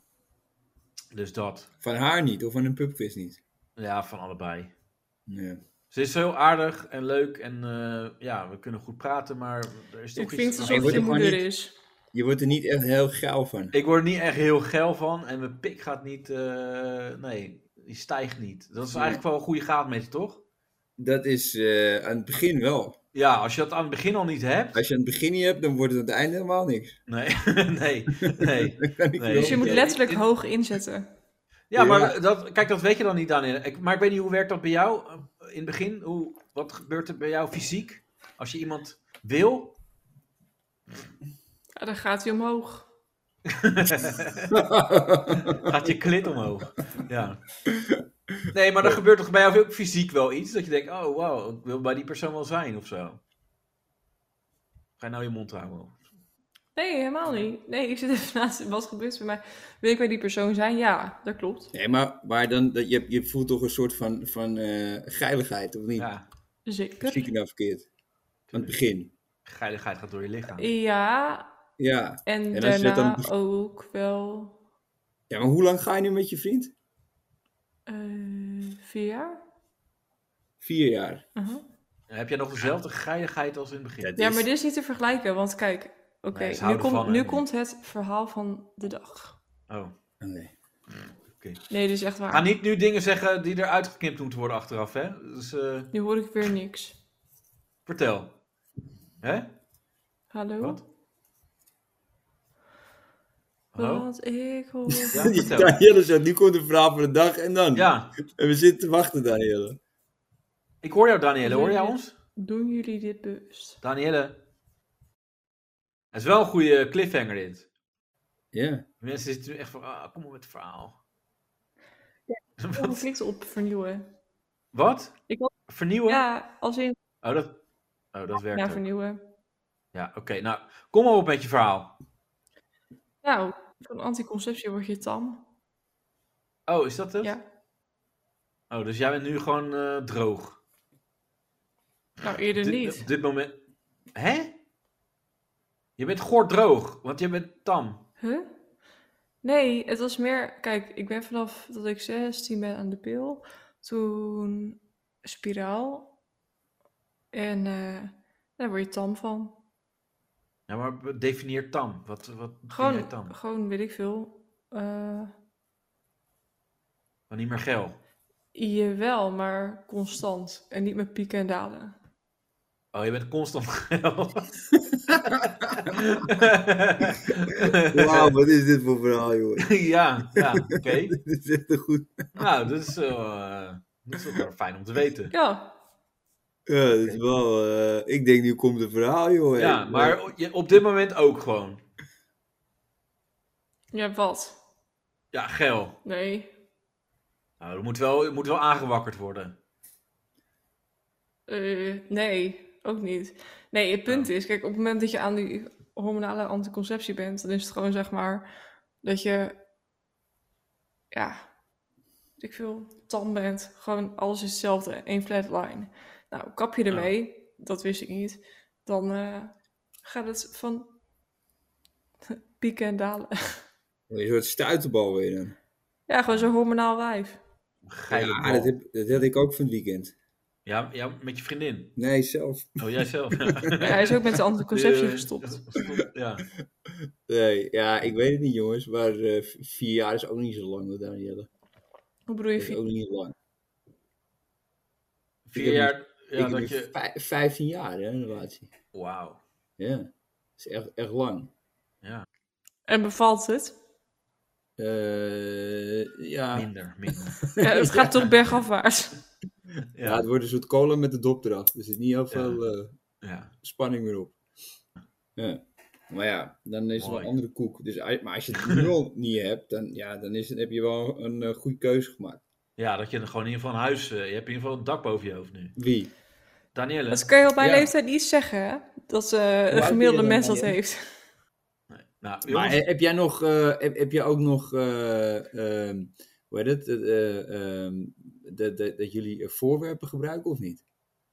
Dus dat, Van haar niet, of van een pubquiz niet. ja, van allebei. Ja. Ze is heel aardig en leuk en uh, ja, we kunnen goed praten, maar er is toch Ik iets... vind het je alsof wordt je er gewoon moeder niet- is. Je wordt er niet echt heel geil van. Ik word er niet echt heel geil van en mijn pik gaat niet, uh, nee, die stijgt niet. Dat is Nee. eigenlijk wel een goede graadmeter, toch? Dat is uh, aan het begin wel. Ja, als je dat aan het begin al niet hebt. Als je aan het begin niet hebt, dan wordt het aan het einde helemaal niks. Nee, nee, nee. Dat kan ik Nee. Dus je wel. moet Ja, letterlijk ik- hoog inzetten. Ja, Ja. maar dat, kijk, dat weet je dan niet, Daniel. Ik, maar ik weet niet, hoe werkt dat bij jou uh, in het begin? Hoe, wat gebeurt er bij jou fysiek? Als je iemand wil? Ja, dan gaat hij omhoog. Gaat je klit omhoog. Ja. Nee, maar dan gebeurt toch bij jou ook fysiek wel iets? Dat je denkt, oh wow, ik wil bij die persoon wel zijn of zo. Ga je nou je mond houden? Nee, helemaal niet. Nee, ik zit even naast wat gebeurt er bij mij. Wil ik bij die persoon zijn? Ja, dat klopt. Nee, maar, maar dan, dat, je, je voelt toch een soort van, van uh, geiligheid, of niet? Ja, Zeker. Zie ik nou verkeerd? Aan het begin. geiligheid gaat door je lichaam. Ja, Ja. en, En als je dat daarna dan- ook wel Ja, maar hoe lang ga je nu met je vriend? uh, vier jaar. Vier jaar. Uh-huh. Heb jij nog dezelfde geiligheid als in het begin? Ja, Ja, is- maar dit is niet te vergelijken, want kijk, oké, Nee, ze nu, houden komt, van nu hem. komt het verhaal van de dag. Oh, Oh, nee. oké. Nee, dit is echt waar. Ga niet nu dingen zeggen die eruit geknipt moeten worden achteraf, hè? Dus uh, Nu hoor ik weer niks. vertel. Hè? Hallo? Wat? Hallo? Wat ik hoor. Ja, Die vertel. Danielle zegt, nu komt de verhaal van de dag en dan. Ja, En we zitten te wachten, Danielle. ik hoor jou, Danielle. Hoor jij ons? Doen jullie dit bewust? Danielle. Het is wel een goede cliffhanger dit. Ja. Mensen zitten nu echt van, ah, kom op met het verhaal. Oh, Wat? klinkt op vernieuwen. Wat? Ik had- Vernieuwen? Ja, als in Oh, dat, oh, dat werkt ja, ook. vernieuwen. Ja, oké. Nou, kom maar op met je verhaal. Nou, van anticonceptie word je tam. Oh, is dat het? Ja. Oh, dus jij bent nu gewoon uh, droog? Nou, eerder dit, niet. Op dit moment... Hè? Je bent gordroog, want je bent tam. Huh? Nee, het was meer... Kijk, ik ben vanaf dat ik zestien ben aan de pil. Toen spiraal. En uh, daar word je tam van. Ja, maar definieer tam. Wat, wat gewoon, vind jij tam? Gewoon, weet ik veel. Uh, maar niet meer geil? Jawel, maar constant. En niet met pieken en dalen. Oh, je bent constant geil. Wauw, wat is dit voor verhaal, joh? ja, ja, oké. Okay. Dit is echt een goed... Nou, dat is, uh, dat is wel fijn om te weten. Ja. Ja, dat is wel... Uh, ik denk, nu komt een verhaal, joh. Ja, hey. Maar op dit moment ook gewoon. Ja, wat? Ja, geil. Nee. Nou, dat moet wel, het moet wel aangewakkerd worden. Uh, nee, ook niet. Nee, het punt ja. is, kijk, op het moment dat je aan die hormonale anticonceptie bent, dan is het gewoon, zeg maar, dat je, ja, ik veel, tam bent. Gewoon alles is hetzelfde, één flat line. Nou, kap je ermee, ja. Dat wist ik niet, dan uh, gaat het van pieken en dalen. Een soort stuiterbal weer dan. Ja, gewoon zo'n hormonaal wijf. Ja, dat, heb, dat had ik ook van het weekend. Ja, ja, met je vriendin? Nee, zelf. Oh, jij zelf? Ja, hij is ook met de anticonceptie uh, gestopt. Ja. Nee, ja, ik weet het niet, jongens. Maar uh, vier jaar is ook niet zo lang, dat Danielle. Hoe bedoel je? Dat is ook niet lang. Vier jaar? Nu, ja, ik dat heb je... vijf, vijftien jaar, hè, een relatie. Wauw. Ja, dat is echt, echt lang. Ja. En bevalt het? Uh, ja. Minder, minder. Ja, het gaat toch bergafwaarts. Ja. Ja, het wordt een soort kolen met de dop eraf. Er zit niet heel veel ja. Uh, ja. spanning meer op. Ja. Maar ja, dan is het wel een andere koek. Dus, maar als je het nul niet hebt, dan, ja, dan is het, heb je wel een uh, goede keuze gemaakt. Ja, dat je gewoon in ieder geval een huis... Uh, je hebt in ieder geval een dak boven je hoofd nu. Wie? Danielle. Dat kan je op mijn ja. leeftijd niet zeggen, hè? Dat uh, een gemiddelde mens dat heeft. Nee. Nou, maar heb jij nog... Uh, heb, heb je ook nog... Uh, uh, hoe heet het? Uh, uh, dat, dat, dat jullie voorwerpen gebruiken of niet?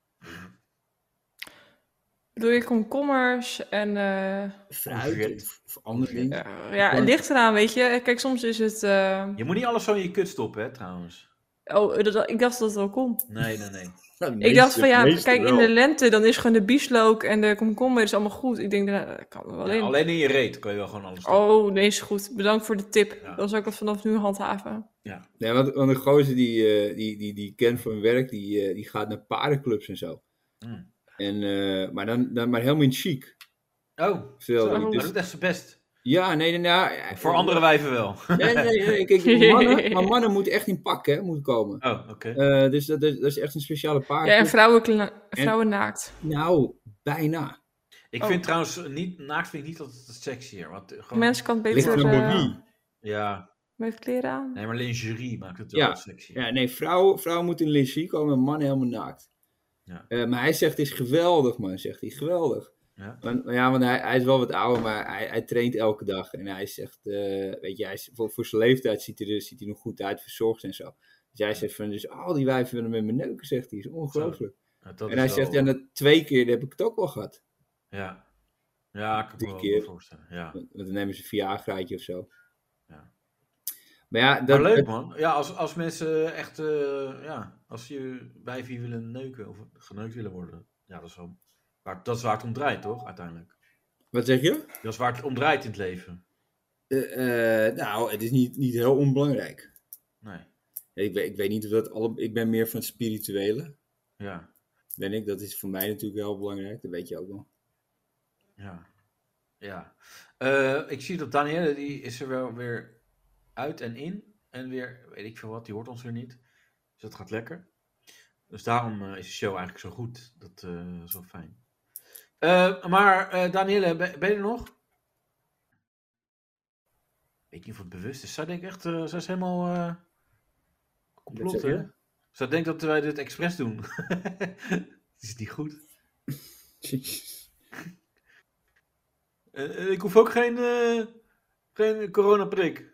Doe je komkommers en... Uh... Fruit of, of andere dingen? Ja, ja, het ligt eraan, weet je. Kijk, soms is het... Uh... Je moet niet alles zo in je kut stoppen, hè, trouwens. Oh, dat, ik dacht dat het wel kon. Nee, nee, nee. Ja, meeste, ik dacht van, ja, kijk, wel. in de lente, dan is gewoon de bieslook en de komkommer is allemaal goed. Ik denk, nou, dat kan er wel ja, in. Alleen in je reet kan je wel gewoon alles stoppen. Oh, nee, is goed. Bedankt voor de tip. Ja. Dan zal ik het vanaf nu handhaven. Ja, ja want, want een gozer die, uh, die, die, die ken van werk, die, uh, die gaat naar paardenclubs en zo. Mm. En, uh, maar dan, dan maar helemaal in chic. Oh, Terwijl, zo, dus, dat is echt zijn best. Ja, nee, nee, nou... Ja, voor andere wijven wel. Nee, nee, nee. Kijk, mannen, maar mannen moeten echt in pak, hè, moeten komen. Oh, oké. Okay. Uh, dus dat, dat is echt een speciale paard. Ja, en vrouwen, kla- vrouwen en, naakt. Nou, bijna. Ik oh. vind trouwens, niet, naakt vind ik niet altijd sexier. Want gewoon... Mensen kan beter... Uh, ja. Met kleren aan. Nee, maar lingerie maakt het wel ja. sexy. Ja, nee, vrouwen, vrouwen moeten in lingerie komen en mannen helemaal naakt. Ja. Uh, maar hij zegt, het is geweldig, man, zegt hij. Geweldig. Ja, want, ja, want hij, hij is wel wat ouder, maar hij, hij traint elke dag. En hij zegt, uh, weet je, hij is, voor, voor zijn leeftijd ziet hij, er, ziet hij nog goed uit, verzorgd en zo. Dus hij zegt van, dus al die wijven willen met me neuken, zegt hij. Is ongelooflijk. Ja, en hij wel... zegt, ja, dat twee keer dat heb ik het ook wel gehad. Ja, ja, ik kan Drie me keer. wel voorstellen. Ja. Want dan nemen ze een Viagraatje of zo. Ja. Maar ja, dat, maar leuk dat... man. Ja, als, als mensen echt, uh, ja, als je wijven willen neuken of geneukt willen worden. Ja, dat is wel... Maar dat is waar het om draait, toch, uiteindelijk? Wat zeg je? Dat is waar het om draait in het leven. Uh, uh, nou, het is niet, niet heel onbelangrijk. Nee. Ik weet, ik weet niet of dat alle... Ik ben meer van het spirituele. Ja. Ben ik. Dat is voor mij natuurlijk heel belangrijk. Dat weet je ook wel. Ja. Ja. Uh, ik zie dat Danielle, die is er wel weer uit en in. En weer, weet ik veel wat, die hoort ons weer niet. Dus dat gaat lekker. Dus daarom uh, is de show eigenlijk zo goed. Dat uh, is wel fijn. Uh, maar uh, Danielle, ben, ben je er nog? Ik weet niet of het bewust is. Zij denkt echt, uh, zij is helemaal uh, complot, hè? Zij denkt dat wij dit expres doen. Het is niet goed. uh, ik hoef ook geen, uh, Geen coronaprik?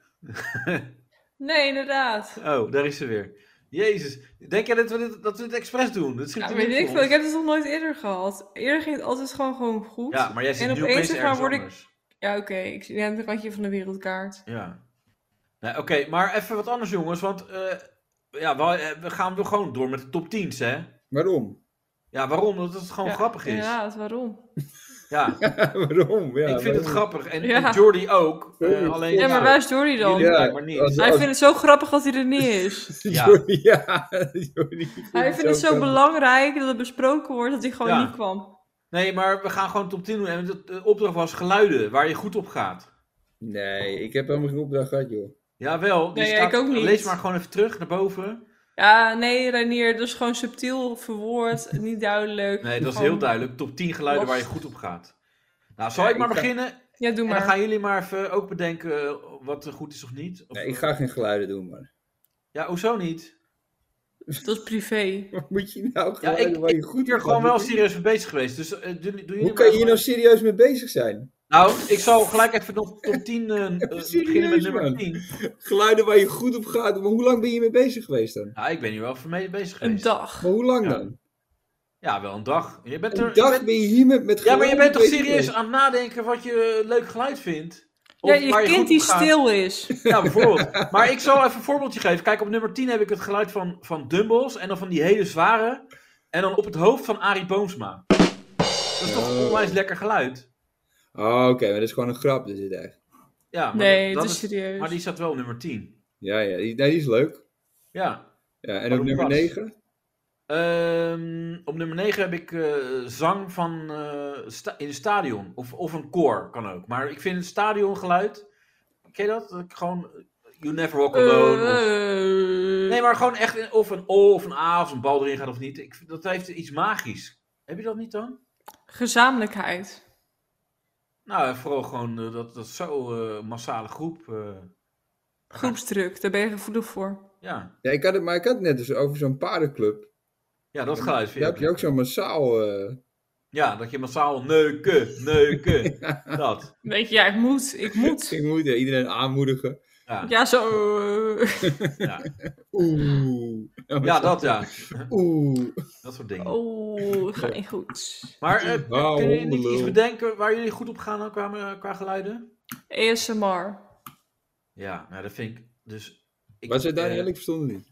Nee, inderdaad. Oh, daar is ze weer. Jezus, denk jij dat we dit, dat we dit expres doen? Dat ja, weet ik veel. Ik heb het nog nooit eerder gehad. Eerder ging het altijd gewoon, gewoon goed. Ja, maar jij zit en nu opeens opeens zeg maar, ergens word anders. ik... Ja, oké. Okay. Ik zit aan het randje van de wereldkaart. Ja. Nee, oké, okay, maar even wat anders jongens. Want uh, ja, we, we gaan weer gewoon door met de top tien's, hè? Waarom? Ja, waarom? Omdat het gewoon ja, grappig is. Ja, waarom? Ja. ja, waarom? Ja, ik vind waarom? het grappig. En, ja. en Jordi ook. Uh, alleen, ja, maar waar is Jordi dan? Ja, maar niet. Als, Hij als... vindt het zo grappig dat hij er niet is. ja. Jordi, ja. Jordi hij vindt het zo, zo belangrijk dat het besproken wordt dat hij gewoon ja. niet kwam. Nee, maar we gaan gewoon top tien doen. En de opdracht was geluiden, waar je goed op gaat. Nee, ik heb helemaal geen opdracht gehad, joh. Jawel, die nee, staat, ik ook niet. Lees maar gewoon even terug naar boven. Ja, nee, Reinier, dat is gewoon subtiel verwoord, niet duidelijk. Nee, dat is gewoon... heel duidelijk. Top tien geluiden Lost. waar je goed op gaat. Nou, zal ja, ik maar ik beginnen? Ga... Ja, doe maar. En dan gaan jullie maar even ook bedenken wat goed is of niet. Of... Nee, ik ga geen geluiden doen, man. Ja, hoezo niet? Dat is privé. Wat moet je nou geluiden ja, ik, waar je ik goed ben er gewoon wel serieus mee bezig geweest. Dus, uh, doe, doe Hoe kan je hier nou serieus mee bezig zijn? Nou, ik zal gelijk even nog top tien uh, uh, beginnen met nummer man. tien. Geluiden waar je goed op gaat. Maar hoe lang ben je mee bezig geweest dan? Ja, ik ben hier wel voor mee bezig geweest. Een dag. Maar hoe lang ja. dan? Ja, wel een dag. Je bent een er, dag je bent... ben je hier met, met Ja, maar je bent toch serieus geweest? aan het nadenken wat je leuk geluid vindt? Of ja, je, je kind die stil is. Ja, bijvoorbeeld. Maar ik zal even een voorbeeldje geven. Kijk, op nummer tien heb ik het geluid van, van Dumbles. En dan van die hele zware. En dan op het hoofd van Arie Boomsma. Dat is toch een onwijs lekker geluid? Oh, oké. Okay, maar dat is gewoon een grap, dus dit echt. Ja, maar nee, dat het is serieus. Maar die staat wel op nummer tien. Ja, ja. Die, nee, die is leuk. Ja. Ja, en op nummer negen? Um, op nummer negen heb ik uh, zang van uh, sta- in een stadion. Of, of een koor, kan ook. Maar ik vind het stadiongeluid... Ken je dat? Dat ik gewoon... You Never Walk Alone. Uh, of, nee, maar gewoon echt... Of een O of een A of een bal erin gaat of niet. Ik, dat heeft iets magisch. Heb je dat niet dan? Gezamenlijkheid. Nou, vooral gewoon uh, dat, dat zo uh, massale groep... Uh, Groepsdruk, daar ben je gevoelig voor. Ja. Ja, ik had het, maar ik had het net dus over zo'n paardenclub. Ja, dat geluid vind Daar heb je ook zo'n massaal... Uh... Ja, dat je massaal neuken, neuken, ja. Dat. Weet je, ja, ik moet, ik moet. ik moet ja, iedereen aanmoedigen. Ja, ja zo... ja. Oeh. Ja, dat ja. Oeh. Dat soort dingen. Oeh, ga niet goed. Maar uh, wow, kun je niet iets bedenken waar jullie goed op gaan qua, qua geluiden? A S M R. Ja, nou dat vind ik dus... Ik, Wat zei Daniel? Uh, ik verstond het niet.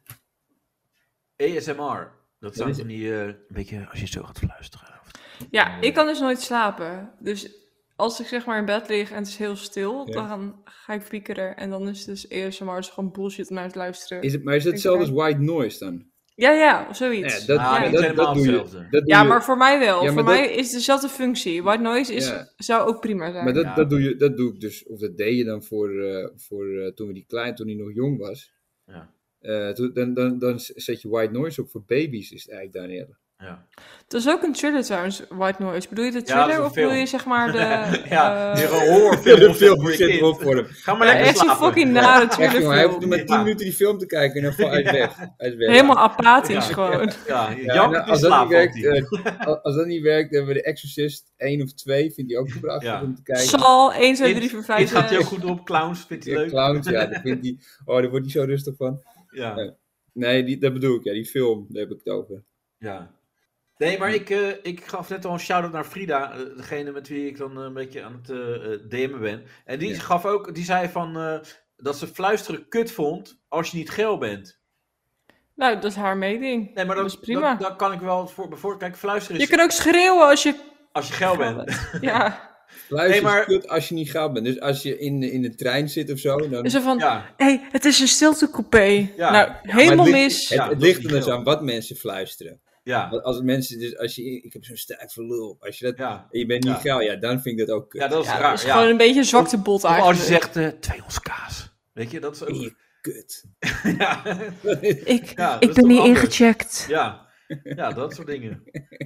A S M R. Dat zijn van die... Uh, een beetje als je zo gaat fluisteren. Ja, ik kan dus nooit slapen. Dus als ik zeg maar in bed lig en het is heel stil, ja. dan ga ik piekeren. En dan is dus A S M R dus gewoon bullshit om naar te luisteren. Is het, maar is het hetzelfde als white noise dan? Ja, ja, of zoiets. Ja, dat, ah, ja, dat, dat, dat doe je. Dat doe ja, je. maar voor mij wel. Ja, voor mij dat... is het dezelfde functie. White noise is, ja. zou ook prima zijn. Maar dat, ja. dat, doe je, dat doe ik dus, of dat deed je dan voor, uh, voor uh, toen we die klein, toen hij nog jong was. Ja. Uh, to, dan, dan, dan zet je white noise op voor baby's, is het eigenlijk, Danielle. Ja. Dat is ook een thriller trouwens, white noise. Bedoel je de thriller ja, of bedoel je zeg maar de... ja, uh, de horrorfilm. De film zit erop voor hem. Ga maar lekker ja, slapen. Echt zo'n fucking nare thrillerfilm. Hij heeft maar tien minuten die film te kijken en dan valt hij weg. Hij is weg. Helemaal apathisch ja. gewoon. Ja, ja. ja, nou, als, dat werkt, uh, als dat niet werkt, hebben we de Exorcist één of twee, vindt hij ook prachtig ja. om te kijken. Sal, één, twee, drie, vier, vijf, zes. gaat hij ook goed op, Clowns, vindt hij ja, leuk. Clowns, ja, dat vindt hij, oh, daar wordt hij zo rustig van. Ja. Uh, nee, die, dat bedoel ik, ja, die film, daar heb ik het over. Ja. Nee, maar ik, uh, ik gaf net al een shout-out naar Frida, uh, degene met wie ik dan uh, een beetje aan het uh, D M'en ben. En die ja. gaf ook, die zei van, uh, dat ze fluisteren kut vond als je niet geil bent. Nou, dat is haar mening. Nee, maar dat, dat is prima. Dat, dat kan ik wel voor, bijvoorbeeld, kijk, fluisteren is... Je kan ook schreeuwen als je... Als je geil bent. bent. Ja. Fluisteren nee, maar... is kut als je niet geil bent. Dus als je in, in de trein zit of zo, dan... Dus van, ja. hé, hey, het is een stiltecoupé. Ja. Nou, ja, helemaal het mis. Ligt, het, het ligt er dus aan wat mensen fluisteren. Ja. Als mensen, dus als je, ik heb zo'n stijve lul, als je dat, ja. en je bent niet ja. geil, ja, dan vind ik dat ook kut. Ja, dat is ja, raar. Dat is ja. gewoon een beetje een zwakte bot eigenlijk. Of als je zegt, uh, twee ons kaas. Weet je, dat is ook... Hey, kut. ja. Ik, ja, ik ben niet anders. ingecheckt. Ja. ja, dat soort dingen.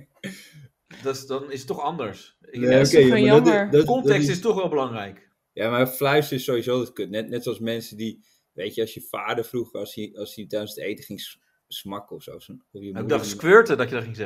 Dat is, dan is het toch anders. Ik nee, dat is okay, ja, jammer. Dat, dat, Context dat is, is toch wel belangrijk. Ja, maar fluisteren is sowieso het kut. Net, net zoals mensen die, weet je, als je vader vroeg, als hij, als hij tijdens het eten ging smakken of zo. Of je ik dacht squirten dat je dat ging zeggen.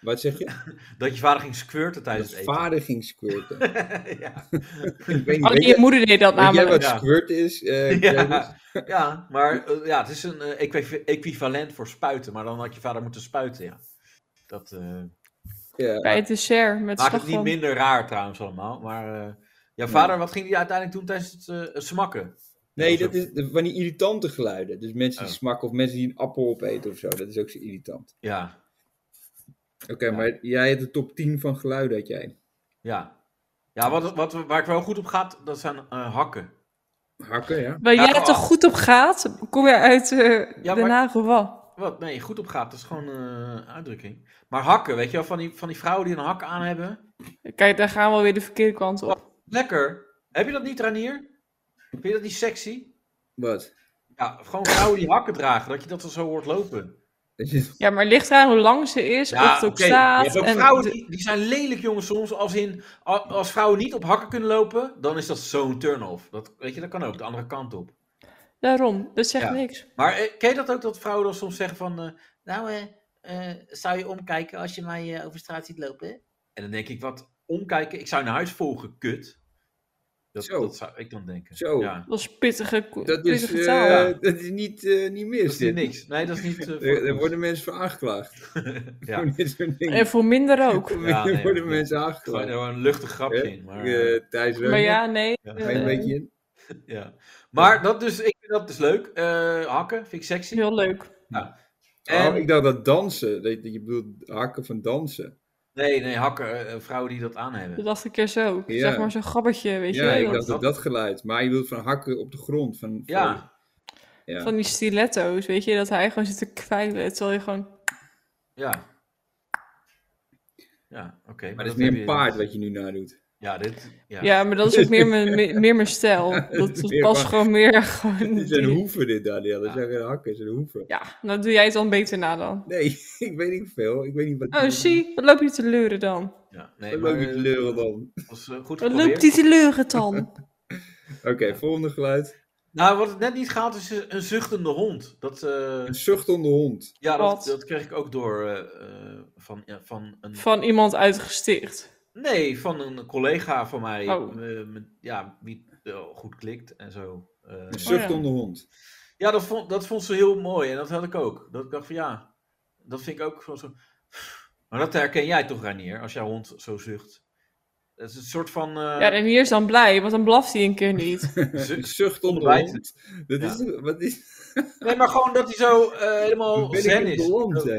Wat zeg je? Dat je vader ging squirten tijdens dat het eten. vader ging squirten. ja. Ik weet niet, Oh, weet je moeder deed dat weet namelijk. jij wat Ja. squirt is? Uh, ja. ja, maar uh, ja, het is een uh, equi- equivalent voor spuiten. Maar dan had je vader moeten spuiten, ja. Dat uh, ja. Bij het dessert met maakt het slagroom. niet minder raar trouwens allemaal. Maar uh, jouw vader, nee. Wat ging hij uiteindelijk doen tijdens het, uh, het smakken? Nee, dat is van die irritante geluiden. Dus mensen die oh. smakken of mensen die een appel opeten of zo. Dat is ook zo irritant. Ja. Oké, okay, ja. Maar jij hebt de top tien van geluiden, had jij. Ja. Ja, wat, wat, waar ik wel goed op ga, dat zijn uh, hakken. Hakken, ja. Waar ja, jij er toch goed op gaat, kom je uit uh, ja, Den Haag of wat? Wat? Nee, goed op gaat, dat is gewoon een uh, uitdrukking. Maar hakken, weet je wel, van die, van die vrouwen die een hak aan hebben. Kijk, daar gaan we weer de verkeerde kant op. Oh, lekker. Heb je dat niet, Ranier? Vind je dat niet sexy? Wat? Ja, gewoon vrouwen die hakken dragen, dat je dat er zo hoort lopen. Ja, maar ligt eraan hoe lang ze is, ja, of het ook okay. staat. Je hebt ook en vrouwen de... die, die zijn lelijk, jongens, soms. Als, in, als vrouwen niet op hakken kunnen lopen, dan is dat zo'n turn-off. Dat, weet je, dat kan ook de andere kant op. Daarom, dat zegt ja. niks. Maar eh, ken je dat ook, dat vrouwen dan soms zeggen van... Uh, nou, uh, uh, zou je omkijken als je mij uh, over straat ziet lopen? En dan denk ik, wat omkijken? Ik zou naar huis volgen, kut. Dat, dat zou ik dan denken. Zo. Ja. Dat is pittige, dat pittige is, taal. Uh, ja. Dat is niet, uh, niet mis. Dat is niet niks. Nee, dat is niet... Uh, Daar worden mensen voor aangeklaagd. ja. Voor dit soort dingen. En voor minder ook. Voor ja, nee, worden nee, mensen aangeklaagd. Er was een luchtig grapje ja? in. Maar, uh, Thijs maar ja, nee. Ja. Ga je een beetje in? Ja. Maar dat dus, ik vind dat dus leuk. Uh, hakken, vind ik sexy. Heel leuk. Ja. En... Oh, ik dacht dat dansen. Dat je bedoelt hakken van dansen. Nee, nee, hakken, uh, vrouwen die dat aan hebben. Dat dacht ik er zo. Ja. Zeg maar zo'n gabbertje, weet ja, je. Ja, ik dacht dat dat geluid. Maar je bedoelt van hakken op de grond. Van, van, ja. ja. Van die stiletto's, weet je. Dat hij gewoon zit te kwijlen. Terwijl je gewoon... Ja. Ja, oké. Okay, maar dat is meer een paard wat je nu nadoet. Ja, dit... Ja. ja, maar dat is ook meer mijn, meer, meer mijn stijl. Dat, dat past van... gewoon meer gewoon... Het zijn hoeven dit, Daniel. Dat zijn geen hakken, het zijn hoeven. Ja, nou doe jij het dan beter na dan. Nee, ik weet niet veel. Ik weet niet wat... Oh, zie. Wat loop je te leuren dan? Ja, nee, wat maar... loop je te leuren dan? Was, uh, goed wat loopt die te leuren dan? Oké, okay, volgende geluid. Nou, wat het net niet gaat is een zuchtende hond. Dat, uh... Een zuchtende hond? Ja, dat, dat kreeg ik ook door uh, uh, van, ja, van een... Van iemand uit het gesticht? Nee, van een collega van mij. Oh. Uh, met, ja, die uh, goed klikt en zo. Uh, een zuchtende oh, ja. hond? Ja, dat vond, dat vond ze heel mooi. En dat had ik ook. Dat ik dacht van ja, dat vind ik ook gewoon zo... Maar dat herken jij toch, Ranier, als jouw hond zo zucht? Het is een soort van... Uh... Ja, Ranier is dan blij, want dan blaft hij een keer niet. Zucht onder de hond? Dat ja. is... Wat is... Nee, maar gewoon dat hij zo uh, helemaal ben zen ik is. Land, zo...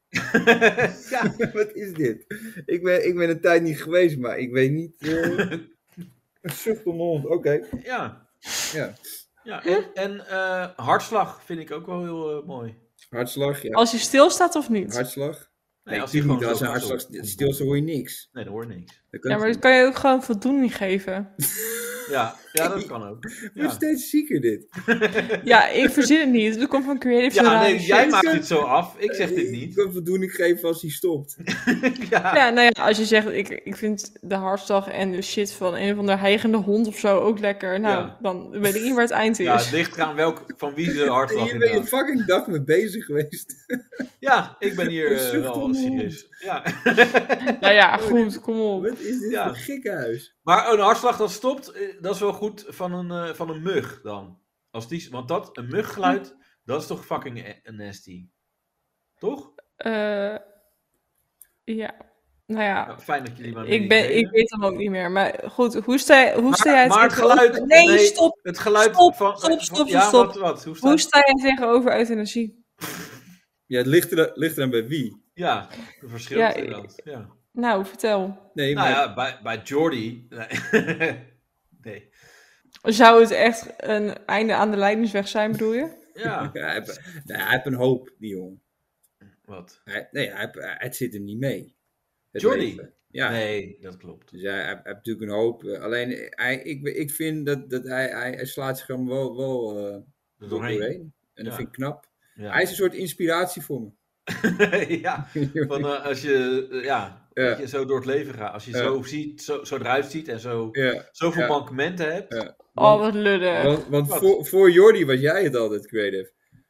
ja, wat is dit? Ik ben, ik ben een tijd niet geweest, maar ik weet niet... Uh... een zucht onder de hond, oké. Okay. Ja. Ja. Ja, en, en uh, hartslag vind ik ook wel heel uh, mooi. Hartslag, ja. Als je stilstaat of niet? Hartslag? Nee, nee als je gewoon niet, als een hartslag stil is, hoor je niks. Nee, dan hoor je niks. Ja, maar dat kan je ook gewoon voldoening geven. Ja, ja, dat kan ook. Het wordt ja. steeds zieker, dit. Ja, ik verzin het niet. Dat komt van Creative Ja, nee, jij maakt dit zo af. Ik zeg dit niet. Ik kan voldoening geven als hij stopt. ja. ja, nou ja, als je zegt, ik, ik vind de hartslag en de shit van een van de hijgende hond of zo ook lekker. Nou, ja. dan weet ik niet waar het eind is. Ja, het ligt eraan welk, van wie ze hartslag Hier ben je een fucking dag mee bezig geweest. Ja, ik ben hier uh, wel serieus. Ja. Nou ja, goed, kom op. Wat is dit ja. voor gekkenhuis? Maar een hartslag dat stopt, dat is wel goed van een, uh, van een mug dan. Als die, want dat, een muggeluid, dat is toch fucking nasty. Toch? Uh, ja, nou ja. Nou, fijn dat jullie maar ik, ben, ik weet hem ook niet meer. Maar goed, hoe sta, hoe sta maar, jij maar het geluid... Nee, nee, stop. Het geluid stop, van... Stop, stop, stop, ja, stop. Wat, wat, hoe, sta... hoe sta jij tegenover euthanasie? Ja, het ligt er, ligt er aan bij wie. Ja, een verschil ja, inderdaad. Ja. Nou, vertel. Nee, nou maar... ja, bij, bij Jordi... Nee. nee. Zou het echt een einde aan de Leidersweg zijn, bedoel je? Ja. ja hij, heeft, nou, hij heeft een hoop, die jongen. Wat? Hij, nee, hij, hij, het zit hem niet mee. Jordi? Ja. Nee, dat klopt. Dus hij, hij, hij heeft natuurlijk een hoop. Uh, alleen, hij, ik, ik vind dat, dat hij, hij, hij slaat zich hem wel, wel uh, doorheen. doorheen. En dat ja. vind ik knap. Ja. Hij is een soort inspiratie voor me. ja, van, uh, als je, uh, ja, ja. Dat je zo door het leven gaat. Als je ja. zo, ziet, zo, zo eruit ziet en zo, ja. zoveel ja. mankementen hebt. Ja. Oh, wat lullig. Want, want voor, voor Jordi was jij het altijd, Creative.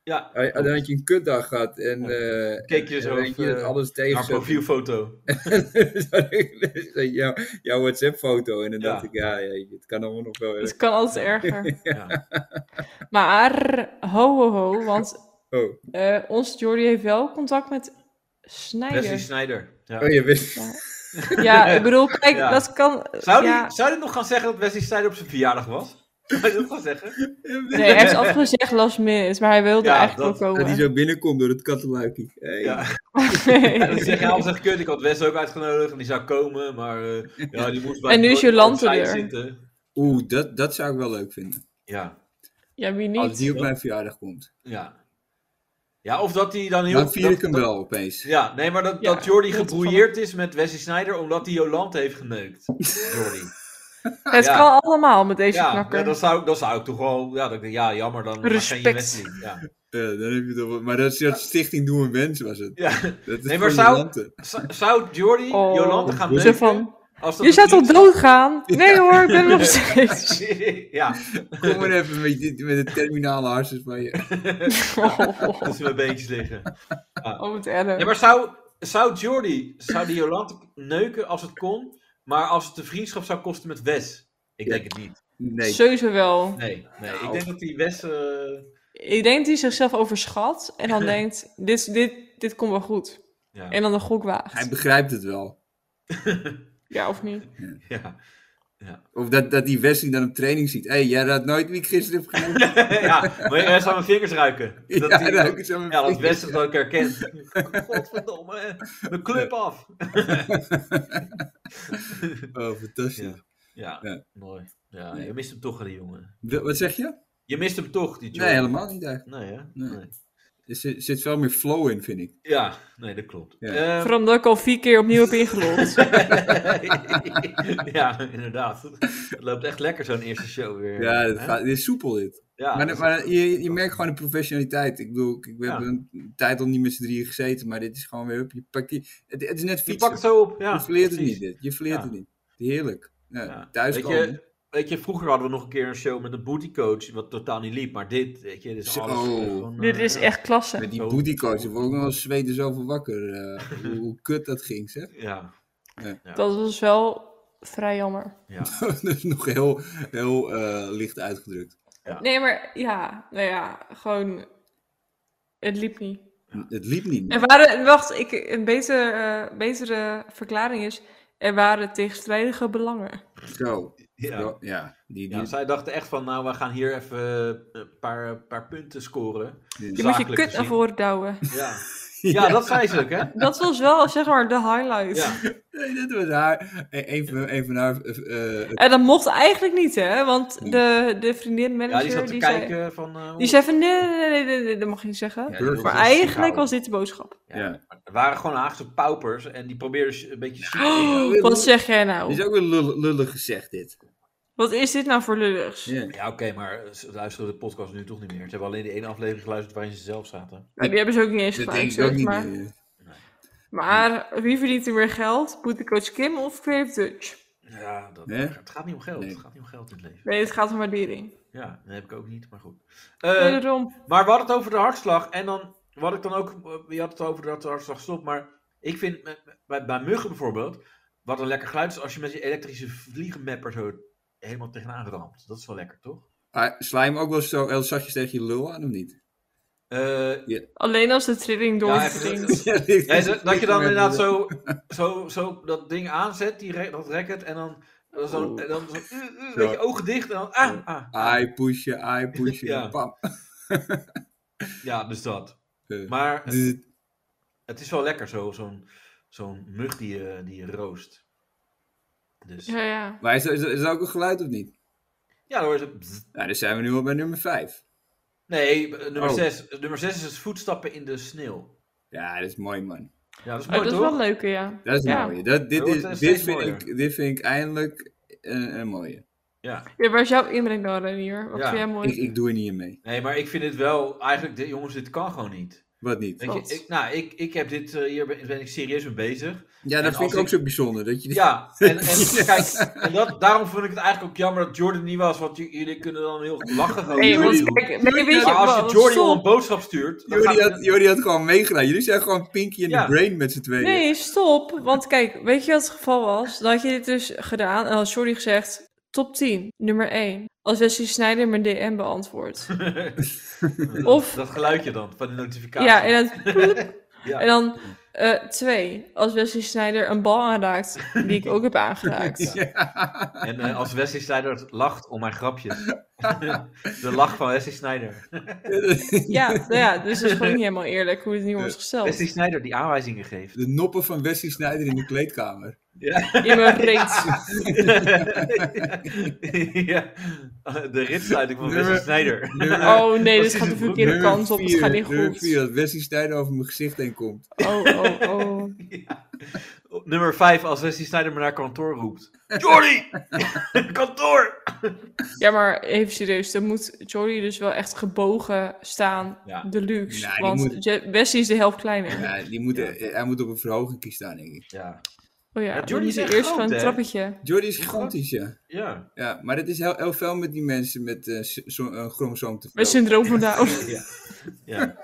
Ja. Dan had je een kutdag gehad. En ja. uh, keek je zo en je uh, alles tegen. Haar profielfoto. jouw, jouw WhatsApp-foto. En dan ja. dacht ik, ja, ja, het kan allemaal nog wel. Het kan altijd erger. ja. Maar, ho, ho, ho. Want oh. uh, ons Jordi heeft wel contact met Snijder. Wesley Snijder. Ja. Oh, je wist. Ja. Ja, ik bedoel, kijk, ja. dat kan... Zou, ja. die, zou je nog gaan zeggen dat Wesley Snijder op zijn verjaardag was? Zou je dat gaan zeggen? Nee, hij heeft afgezegd last minute, maar hij wilde ja, eigenlijk wel komen. Dat hij zo binnenkomt door het kattenluikje. Hey. Ja. ja, dan zeg je altijd, kut, ik had Wes ook uitgenodigd en die zou komen, maar uh, ja, die moest bij en nu is Jolante er. Zitten. Oeh, dat, dat zou ik wel leuk vinden. Ja. Ja, wie niet? Als die op mijn verjaardag komt. Ja. Ja, of dat hij dan heel... Dan vier ik hem dat, wel opeens. Ja, nee, maar dat, ja, dat Jordi gebrouilleerd is met Wesley Snijder omdat hij Jolante heeft geneukt. Jordi. Het ja. kan allemaal met deze ja, knakker. Ja, dat zou, dat zou ik toch wel... Ja, dat, ja jammer, dan Respect. Geen Wesley. Ja. Ja, dan heb je toch, maar dat is dat Stichting Doe een Wens was het. Ja. Dat is nee, maar zou, zou Jordi oh, Jolante gaan neuken? Van... Je zou toch doodgaan? Nee hoor, ik ben nog steeds. Ja. Kom maar even met, die, met de terminale hartjes van je. Oh. Dat ze met beentjes liggen. Ja. Oh, wat erg. Ja, maar zou, zou Jordi, zou die Jolante neuken als het kon, maar als het de vriendschap zou kosten met Wes? Ik denk het niet. Nee. Sowieso wel. Nee, nee. Nou. Ik denk dat die Wes... Uh... Ik denk dat hij zichzelf overschat en dan denkt, dit, dit, dit komt wel goed. Ja. En dan de gok waagt. Hij begrijpt het wel. Ja, of niet? Ja. Ja. Ja. Of dat, dat die Wesley dan op training ziet. Hé, hey, jij raadt nooit wie ik gisteren heb genoemd. Ja, maar jij zou mijn vingers ruiken. Dat ja, die, ruiken zo mijn ja, dat Wesley dat ook herkent. Godverdomme, mijn club af. Oh, fantastisch. Ja, ja, ja. mooi. Ja, je mist hem toch, die jongen. Wat zeg je? Je mist hem toch, die Jordi. Nee, helemaal niet eigenlijk. Nee, hè? Nee. nee. Er zit, zit veel meer flow in, vind ik. Ja, nee, dat klopt. Ja. Uh, Vooral omdat ik al vier keer opnieuw heb ingelogd. Ja, inderdaad. Het loopt echt lekker, zo'n eerste show weer. Ja, dit, gaat, dit is soepel, dit. Ja, maar maar je, je merkt gewoon de professionaliteit. Ik bedoel, ik, we ja. hebben een tijd al niet met z'n drieën gezeten, maar dit is gewoon weer... Je pak je, het, het is net fietsen. Je pakt het zo op, ja. Je verleert precies. het niet, dit. Je verleert ja. het niet. Heerlijk. Ja, ja. Thuis weet komen. Je, weet je, vroeger hadden we nog een keer een show met een bootycoach, wat totaal niet liep. Maar dit, weet je, dit is alles... Oh. Van, uh, dit is echt klasse. Met die bootycoach, we worden ook nog wel zweten zoveel wakker. Uh, hoe, hoe kut dat ging, zeg. Ja. ja. ja. Dat was wel vrij jammer. Ja. Dat is nog heel, heel uh, licht uitgedrukt. Ja. Nee, maar ja, nou ja, gewoon, het liep niet. Ja. Het liep niet. Er waren, wacht, ik, een beter, uh, betere verklaring is, er waren tegenstrijdige belangen. Zo. Ja. Zo, ja, die, die... ja, zij dachten echt van, nou, we gaan hier even een paar, paar punten scoren. Je moet je kut gezien. Naar voren douwen. Ja. Ja, dat zei ze ook, hè? Dat was wel, zeg maar, de highlight. Ja. Nee, dat was haar. Een van, een van haar... Uh, en dat mocht eigenlijk niet, hè? Want de, de vriendin-manager... Ja, die zat te die kijken zei, van... Uh, die zei van, nee, nee, nee, nee, nee, dat mag je niet zeggen. Ja, maar was eigenlijk was dit de boodschap. Ja. Ja. Er waren gewoon Haagse paupers en die probeerden een beetje... Ziek oh, wat zeg jij nou? Dit is ook weer lullig, lullig gezegd, dit. Wat is dit nou voor lulligs? Ja, ja oké, okay, maar ze luisteren de podcast nu toch niet meer. Ze hebben alleen de ene aflevering geluisterd waarin ze zelf zaten. Ja, die hebben ze ook niet eens geluisterd, maar... Nee. Maar wie verdient er meer geld? Bootycoach Kim of Crave Dutch? Ja, dat, nee? het gaat niet om geld. Nee. Het gaat niet om geld in het leven. Nee, het gaat om waardering. Ja, dat heb ik ook niet, maar goed. Uh, nee, daarom. Maar we hadden het over de hartslag. En dan, wat ik dan ook, je had het over dat de hartslag stopt. Maar ik vind, bij, bij muggen bijvoorbeeld, wat een lekker geluid is als je met je elektrische vliegenmapper zo helemaal tegenaan ramt. Dat is wel lekker, toch? Ah, sla je hem ook wel zo heel zachtjes tegen je lul aan, of niet? Uh, yeah. Alleen als de trilling doordringt. Ja, ja, dat je dan inderdaad zo, zo, zo dat ding aanzet, die, dat racket, en dan zo, oh. en dan zo, uh, uh, weet je, ogen dicht en dan ah, ah. Ai pushen, ai pushen, ja. Pam. Ja, dus dat. Uh, maar het, het is wel lekker, zo, zo'n, zo'n mug die je, die je roost. Dus. Ja, ja. Maar is, is, is er ook een geluid of niet? Ja, dan hoor je zo... Nou, dan zijn we nu al bij nummer vijf. Nee, nummer zes. Oh. Nummer zes is het voetstappen in de sneeuw. Ja, dat is mooi, man. Ja, dat is mooi, oh, dat toch? is wel leuk, ja. Dat is ja. mooi. Dat, dit, is, dit, vind ik, dit vind ik eindelijk een, een mooie. Ja. Ja, waar is jouw inbreng dan, Renier? Wat ja. vind jij mooi? Ik, ik doe er niet in mee. Nee, maar ik vind het wel... Eigenlijk, de, jongens, dit kan gewoon niet. Wat niet? Weet je, ik, nou, ik, ik heb dit, uh, hier ben, ben ik serieus mee bezig. Ja, dat en vind ik ook ik... zo bijzonder. Dat je dit... Ja, en, en kijk, en dat, daarom vond ik het eigenlijk ook jammer dat Jordan niet was, want j- jullie kunnen dan heel lachen. Hey, Jordi, kijk, nee, weet je, maar als je Jordi al een boodschap stuurt... Jordi had, Jordi had gewoon meegedaan. Jullie zijn gewoon Pinky in ja. de brain met z'n tweeën. Nee, stop. Want kijk, weet je wat het geval was? Dan had je dit dus gedaan en had Jordi gezegd... Top tien, nummer één. Als Wesley Sneijder mijn D M beantwoordt. Of... Dat geluidje dan, van de notificatie. Ja, en dan... ja. En dan... Uh, twee, als Wesley Sneijder een bal aanraakt, die ik ook heb aangeraakt. Ja. En uh, als Wesley Sneijder lacht om mijn grapjes. De lach van Wesley Sneijder. ja, nou ja, dus het is gewoon niet helemaal eerlijk hoe het nu wordt gesteld. Wesley Sneijder die aanwijzingen geeft. De noppen van Wesley Sneijder in de kleedkamer. Ja. In mijn reet. Ja. De ritsluiting van Wesley Sneijder. Oh nee, dit gaat de verkeerde kant op. Het gaat niet goed. Nummer vier, dat Wesley Sneijder over mijn gezicht heen komt. Oh, oh, oh. Ja. Nummer vijf, als Wesley Sneijder me naar kantoor roept. Jordi! Kantoor! Ja, maar even serieus. Dan moet Jordi dus wel echt gebogen staan. Ja. Deluxe. Nou, want moet... Wesley is de helft kleiner. Ja, die moet, ja. Hij moet op een verhoging staan, denk ik. Ja. Oh ja, ja Jordi is eerst gewoon een trappetje. Jordi is gigantisch, ja. Ja. Ja, maar het is heel, heel veel met die mensen met uh, zo'n uh, chromosoom te veel. Met syndroom van Down. Ja. Ja.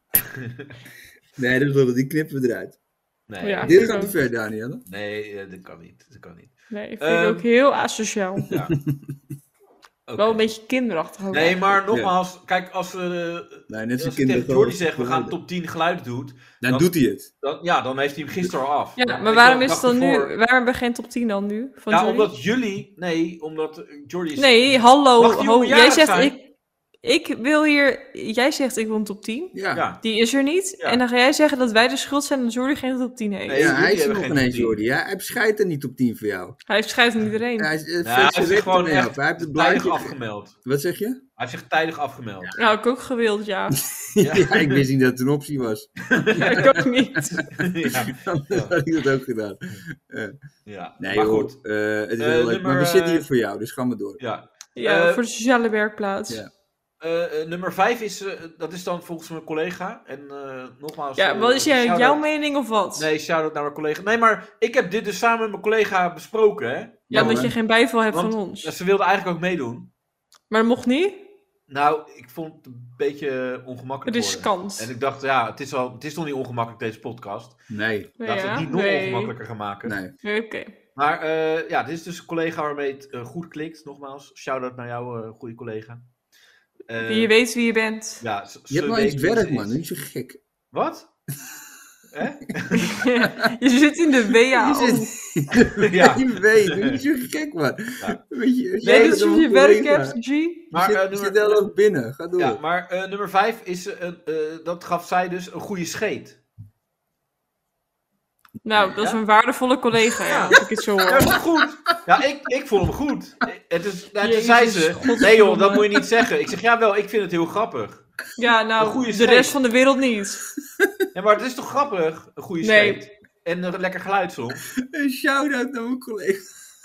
Nee, dat willen die knippen we eruit. Nee. Ja, dit gaat te ver, Daniel. Nee, uh, dat kan niet. Dat kan niet. Nee, ik vind um, het ook heel asociaal. Ja. Okay. Wel een beetje kinderachtig. Ook nee, eigenlijk. Maar nogmaals, ja. Kijk, als we uh, nee, net als tegen Jordi zegt, we gaan top tien geluiden doen. Dan, dan doet hij het. Dan, ja, dan heeft hij hem gisteren al af. Ja, ja maar waarom is het dan nu? Waarom hebben we geen top tien dan nu? Van ja, Jordi? Omdat jullie, nee, omdat Jordi is... Nee, hallo, ho, jij zegt zijn? ik... Ik wil hier... Jij zegt ik wil een top tien. Ja. Die is er niet. Ja. En dan ga jij zeggen dat wij de schuld zijn dat Jordi geen top tien heeft. Nee, ja, hij is er nog ineens, Jordi. Ja, hij bescheidt er niet top tien voor jou. Hij bescheidt er iedereen. Ja, hij is, uh, nou, hij is gewoon echt hij heeft het tijdig afgemeld. Wat zeg je? Hij heeft zich tijdig afgemeld. Ja. Nou, ik ook gewild, ja. ja. ja, ik wist niet dat het een optie was. Ja, ik ook niet. ja. Dan had ik dat ook gedaan. Uh, ja. Nee, maar joh, goed. Uh, het is uh, heel leuk. Maar we zitten hier voor jou, dus gaan we door. Ja, ja uh, voor de sociale werkplaats. Ja. Uh, uh, nummer vijf is, uh, dat is dan volgens mijn collega. En uh, nogmaals... Ja, uh, wat is jij, jouw mening of wat? Nee, shout-out naar mijn collega. Nee, maar ik heb dit dus samen met mijn collega besproken, hè. Ja, omdat je geen bijval hebt Want, van ons. Ze wilde eigenlijk ook meedoen. Maar dat mocht niet? Nou, ik vond het een beetje ongemakkelijk Het is worden. kans. En ik dacht, ja, het is, al, het is toch niet ongemakkelijk deze podcast? Nee. Laten we ja, het niet nog nee. ongemakkelijker gaan maken. Nee. Oké. Okay. Maar uh, ja, dit is dus een collega waarmee het uh, goed klikt. Nogmaals, shout-out naar jou, uh, goede collega. Uh, je weet wie je bent. Ja, z- je hebt wel eens werk, man. Niet zo gek. Wat? Hè? Je zit in de W A O. Ja, je weet. Doe niet zo gek, man. Ja. Weet je, nee, dit is hoe je werk hebt, G. Maar, je zit, uh, nummer, zit er ook binnen. Ga door. Ja, maar uh, nummer vijf is, uh, uh, dat gaf zij dus, een goede scheet. Nou, dat is ja? een waardevolle collega, ja, als ik het zo hoor. Ja, dat is goed. Ja, ik, ik vond hem goed. Het is, nou, toen zei ze, nee joh, dat moet je niet zeggen. Ik zeg, ja wel, ik vind het heel grappig. Ja, nou, de rest van de wereld niet. Ja, maar het is toch grappig, een goede nee. scheet. En een lekker geluid soms. Een shout-out naar mijn collega.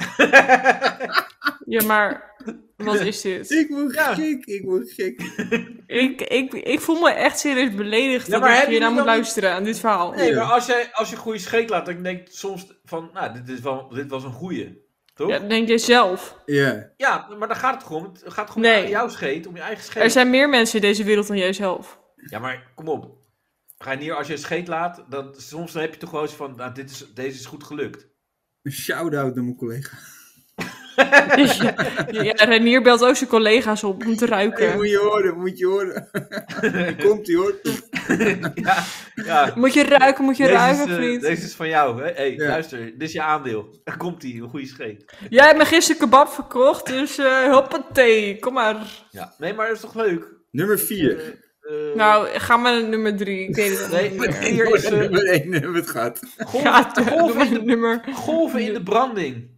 Ja, maar wat is dit? Ik word ja. gek, ik word gek. ik, ik, ik voel me echt serieus beledigd ja, dat ik hier naar moet luisteren niet... aan dit verhaal. Nee, ja. maar als je, als je een goede scheet laat, dan denk ik soms van, nou, dit, is wel, dit was een goeie. Toch? Ja, dat denk je zelf. Ja. Ja, maar dan gaat het gewoon. Het gaat gewoon nee. om jouw scheet, om je eigen scheet. Er zijn meer mensen in deze wereld dan jijzelf. Ja, maar kom op. Ga je hier, als je een scheet laat, dan soms dan heb je toch gewoon eens van, nou, dit is, deze is goed gelukt. Een shout-out naar mijn collega. ja, ja, Renier belt ook zijn collega's op om te ruiken. Hey, moet je horen, moet je horen. Komt-ie hoor. ja, ja. Moet je ruiken, moet je deze ruiken, is, uh, vriend. Deze is van jou, hè? Hey, ja. luister, dit is je aandeel. Er komt-ie, een goede scheet. Jij hebt me gisteren kebab verkocht, dus uh, hoppatee, kom maar. Ja, nee, maar dat is toch leuk? Nummer vier. Uh, Uh, nou, ga maar naar nummer drie. Ik weet het nee, niet hier is... Uh, nummer één hebben we het gehad. Golven, ja, golven, in de, nummer... golven in de branding.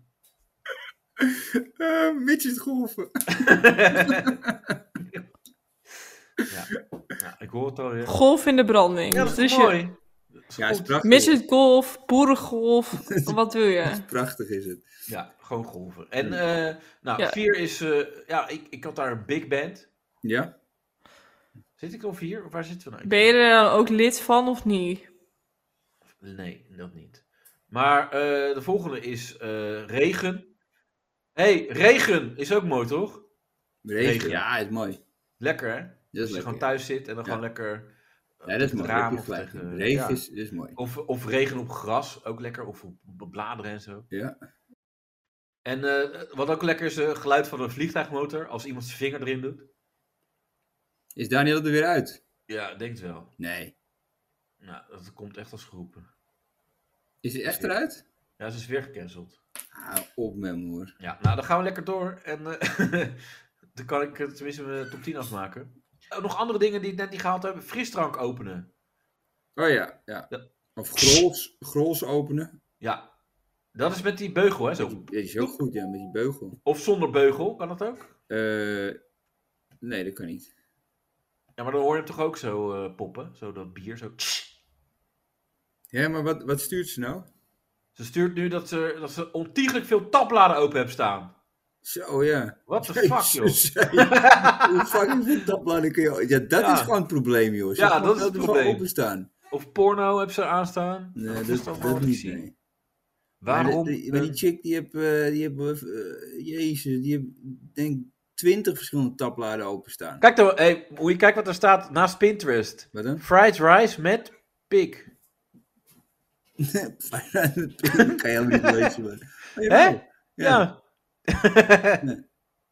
Uh, midget golven. ja. ja, ik hoor het alweer. Golf in de branding. Ja, dat is dus mooi. Je... Dat is ja, is prachtig. Midget golf, boerengolf, wat wil je? Prachtig is het. Ja, gewoon golven. En uh, nou, ja. vier is... Uh, ja, ik, ik had daar een big band. Ja. Zit ik of hier? Of waar zitten we nou? Ben je er dan ook lid van of niet? Nee, dat niet. Maar uh, de volgende is uh, regen. hey, regen is ook mooi, toch? Regen, regen. Ja, is mooi. Lekker, hè? Dat is Als je lekker, gewoon thuis zit en dan ja. gewoon lekker... Uh, ja, dat is mooi. Raam of tegen, regen ja. is, is mooi. Of, of regen op gras, ook lekker. Of op, op bladeren en zo. Ja. En uh, wat ook lekker is, het uh, geluid van een vliegtuigmotor. Als iemand zijn vinger erin doet. Is Daniel er weer uit? Ja, denk het wel. Nee. Nou, dat komt echt als geroepen. Is hij echt eruit? Ja, ze is weer gecanceld. Ah, op met me hoor. Ja, nou dan gaan we lekker door. En uh, dan kan ik uh, tenminste mijn top tien afmaken. Uh, nog andere dingen die ik net niet gehaald heb. Frisdrank openen. Oh ja, ja. ja. Of grols, grols openen. Ja. Dat is met die beugel, hè? Zo. Dat is ook goed, ja, met die beugel. Of zonder beugel, kan dat ook? Uh, nee, dat kan niet. Ja, maar dan hoor je hem toch ook zo uh, poppen? Zo dat bier, zo... Ja, maar wat, wat stuurt ze nou? Ze stuurt nu dat ze, dat ze ontiegelijk veel tabbladen open heeft staan. Zo, ja. What the fuck, joh? Hoe fucking veel tabbladen kun je... Ja, dat ja. is gewoon het probleem, joh. Ze ja, dat is het probleem. Openstaan. Of porno heb ze aanstaan. Nee, dat, dat is dat, dat niet, nee. Waarom? Maar, de, maar die chick, die heeft... Uh, die heeft uh, jezus, die heeft, denk twintig verschillende tabbladen openstaan. Kijk dan, hey, hoe je kijkt wat er staat naast Pinterest. Wat dan? Fried rice met pik. Fried rice met pik, kan je helemaal niet lezen, man. Hè? Ja. ja. nee.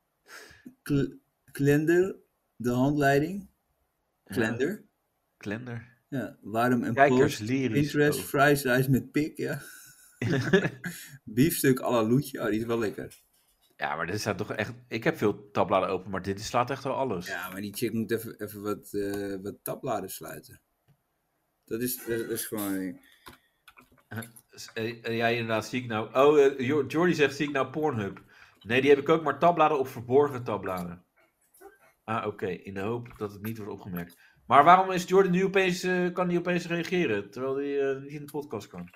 Klender, de handleiding. Klender. Ja. Klender. Ja, warm en Kijkers, post. lyrisch. Pinterest, fried rice met pik, ja. Biefstuk à la Loetje, oh, die is wel lekker. Ja, maar dit staat toch echt... Ik heb veel tabbladen open, maar dit slaat echt wel alles. Ja, maar die chick moet even, even wat, uh, wat tabbladen sluiten. Dat is, dat is gewoon... Uh, ja, inderdaad, zie ik nou... Oh, uh, Jordi zegt, zie ik nou Pornhub? Nee, die heb ik ook, maar tabbladen op verborgen tabbladen. Ah, oké. Okay. In de hoop dat het niet wordt opgemerkt. Maar waarom is Jordi nu opeens... Uh, kan die opeens reageren, terwijl hij uh, niet in de podcast kan?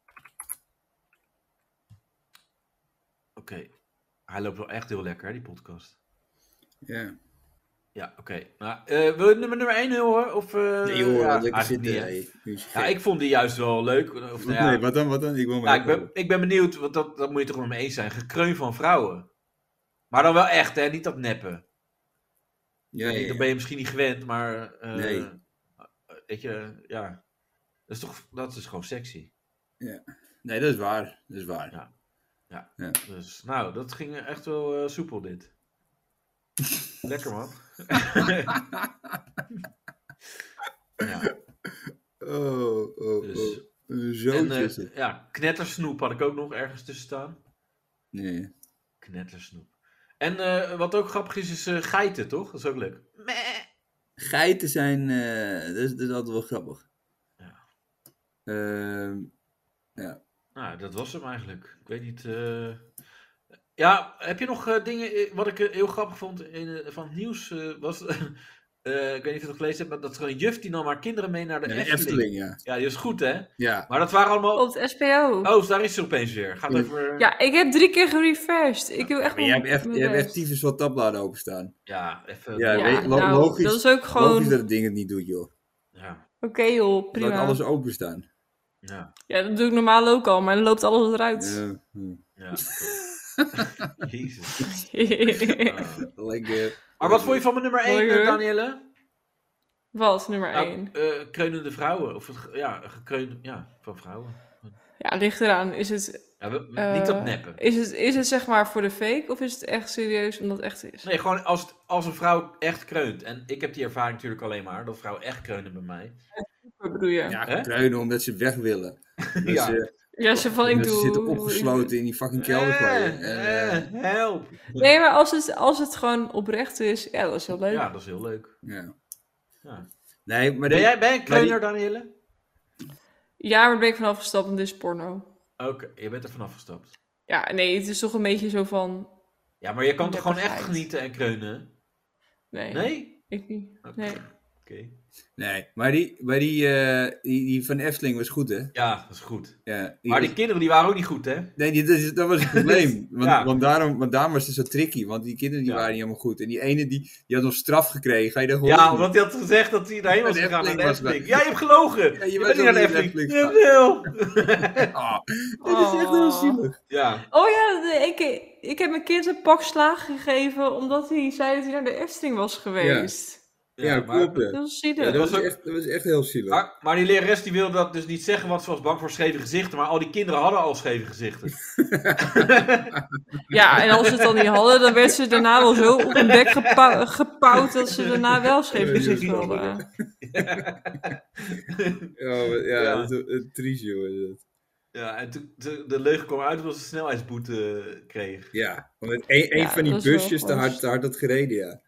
Oké. Okay. Hij loopt wel echt heel lekker, hè, die podcast. Ja. Yeah. Ja, oké. Okay. Nou, uh, wil je nummer, nummer één horen? Of, uh, nee, hoor, ja, lekker zitten. Niet, nee. Ja, ik vond die juist wel leuk. Of, nou, ja. Nee, wat dan, wat dan? Ik, ja, ik, ben, ik ben benieuwd, want dat, dat moet je toch wel mee eens zijn. Gekreun van vrouwen. Maar dan wel echt, hè? Niet dat neppen. Ja, ja, ja. Dat ben je misschien niet gewend, maar... Uh, nee. Weet je, ja. Dat is toch... Dat is gewoon sexy. Ja. Nee, dat is waar. Dat is waar. Ja. Ja. ja. Dus, nou, dat ging echt wel uh, soepel, dit. Lekker, man. ja. Oh, oh, dus. oh. Zo en, uh, is het. Ja, knettersnoep had ik ook nog ergens tussen staan. Nee. Knettersnoep. En uh, wat ook grappig is, is uh, geiten, toch? Dat is ook leuk. Meh. Geiten zijn, uh, dat, is, dat is altijd wel grappig. Ja. Uh, ja. Nou, dat was hem eigenlijk. Ik weet niet... Uh... Ja, heb je nog uh, dingen... Wat ik uh, heel grappig vond in, uh, van het nieuws uh, was... Uh, ik weet niet of je het gelezen hebt, maar dat er een juf die nam haar kinderen mee naar de, ja, de Efteling. Efteling. Ja, ja, die is goed, hè? Ja. Maar dat waren allemaal... Op het S P O. Oh, daar is ze opeens weer. Gaat over... Ja, ik heb drie keer gerefreshed. Ik heb echt ja, maar je hebt echt, je hebt echt tyfus wat tabbladen openstaan. Ja, even... Ja, ja weet, lo- nou, logisch, dat is ook gewoon... logisch dat het ding het niet doet, joh. Ja. Oké, okay, joh, prima. Laat alles openstaan. Ja. Ja, dat doe ik normaal ook al, maar dan loopt alles eruit. Ja. Hm. Ja. Jezus. uh, Lekker. Maar wat vond je van mijn nummer één, Danielle? Wat, nummer nou, één? Uh, kreunende vrouwen. Of het, ja, gekreund, ja, van vrouwen. Ja, ligt eraan. Is het... Ja, we, uh, niet dat neppen. Is het, is het zeg maar voor de fake of is het echt serieus omdat het echt is? Nee, gewoon als, het, als een vrouw echt kreunt. En ik heb die ervaring natuurlijk alleen maar, dat vrouwen echt kreunen bij mij. Wat bedoel je? Ja, kreunen omdat ze weg willen. Dat ja. Ze, ja, ze van ik doe... Ze zitten opgesloten in die fucking kelder. Eh, eh, help. Nee, maar als het, als het gewoon oprecht is, ja, dat is heel leuk. Ja, dat is heel leuk. Ja. Ja. Nee, maar ben, de, jij, ben je een kreuner, die... Danielle? Ja, maar daar ben ik vanaf gestapt en dit is porno. Oké, okay, je bent er vanaf gestapt. Ja, nee, het is toch een beetje zo van... Ja, maar je kan toch gewoon echt genieten en kreunen? Nee. Nee? Ik niet. Okay. Nee. Okay. Nee, maar die, maar die, uh, die, die van Efteling was goed, hè? Ja, dat is goed. Ja, die maar die was... kinderen die waren ook niet goed, hè? Nee, die, dat, dat was het probleem. Want, ja. want, daarom, want daarom was het zo tricky. Want die kinderen die ja. waren niet helemaal goed. En die ene die, die had nog straf gekregen. Ga je dat ja, omdat hij had gezegd dat hij daarheen was gegaan naar de Efteling. Ja, je hebt gelogen. Ja, je, je bent niet naar de Efteling. Jawel. oh, dit is echt heel zielig. Ja. Oh ja, ik, ik heb mijn kind een pak slaag gegeven omdat hij zei dat hij naar de Efteling was geweest. Ja. Ja, ja, maar, klopt. Dat was zielig. Ja, dat, was ook... echt, dat was echt heel zielig. Maar, maar die lerares die wilde dat dus niet zeggen, want ze was bang voor scheve gezichten. Maar al die kinderen hadden al scheve gezichten. Ja, en als ze het dan niet hadden, dan werd ze daarna wel zo op hun bek gepa- gepauwd dat ze daarna wel scheve gezichten hadden. Ja, ja, ja, ja. Dat is een triest, joh. Ja, en toen de, de leugen kwam uit omdat ze een snelheidsboete kreeg. Ja, want een, een ja, van die busjes te hard, te hard had gereden, ja.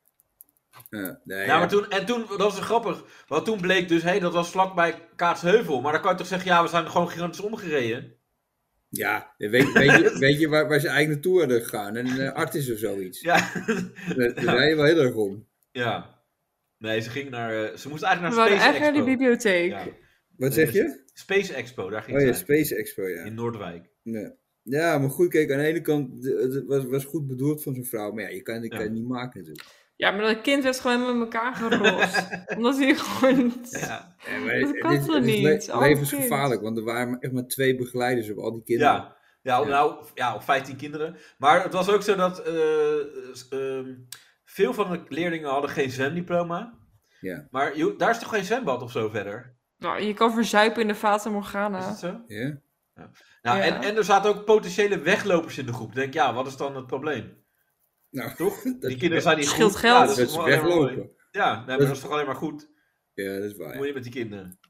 Ja, nee, ja, ja, maar toen, en toen, dat was grappig, want toen bleek dus, hé, hey, dat was vlakbij Kaatsheuvel, maar dan kan je toch zeggen, ja, we zijn gewoon gigantisch omgereden? Ja, weet, weet je, weet je waar, waar ze eigenlijk naartoe hadden gegaan? Een uh, Artis of zoiets. Ja. Daar rij je wel heel erg om. Ja. Nee, ze ging naar, uh, ze moest eigenlijk naar we Space eigenlijk Expo. naar de bibliotheek. Ja. Wat zeg je? Space Expo, daar ging ze. Oh ja, zijn. Space Expo, ja. In Noordwijk. Ja. Ja, maar goed, kijk, aan de ene kant, het was, was goed bedoeld van zo'n vrouw, maar ja, je kan, je ja. kan het niet maken natuurlijk. Ja, maar dat kind werd gewoon met elkaar gerost. Omdat hij gewoon... Ja. Ja, maar dat kan toch niet? Het is le- levensgevaarlijk, want er waren echt maar twee begeleiders op al die kinderen. Ja, ja, ja. Nou, ja, op vijftien kinderen. Maar het was ook zo dat uh, uh, veel van de leerlingen hadden geen zwemdiploma. Ja. Maar joh, daar is toch geen zwembad of zo verder? Nou, je kan verzuipen in de Fata Morgana. Is het zo? Ja. Ja. Nou, ja. en, en er zaten ook potentiële weglopers in de groep. Denk ja, wat is dan het probleem? Nou, toch? Die kinderen zijn niet goed. Scheelt geld. Ja, dat is weglopen. Ja, nee, maar dat is toch alleen maar goed? Ja, dat is waar. Moet je met die kinderen?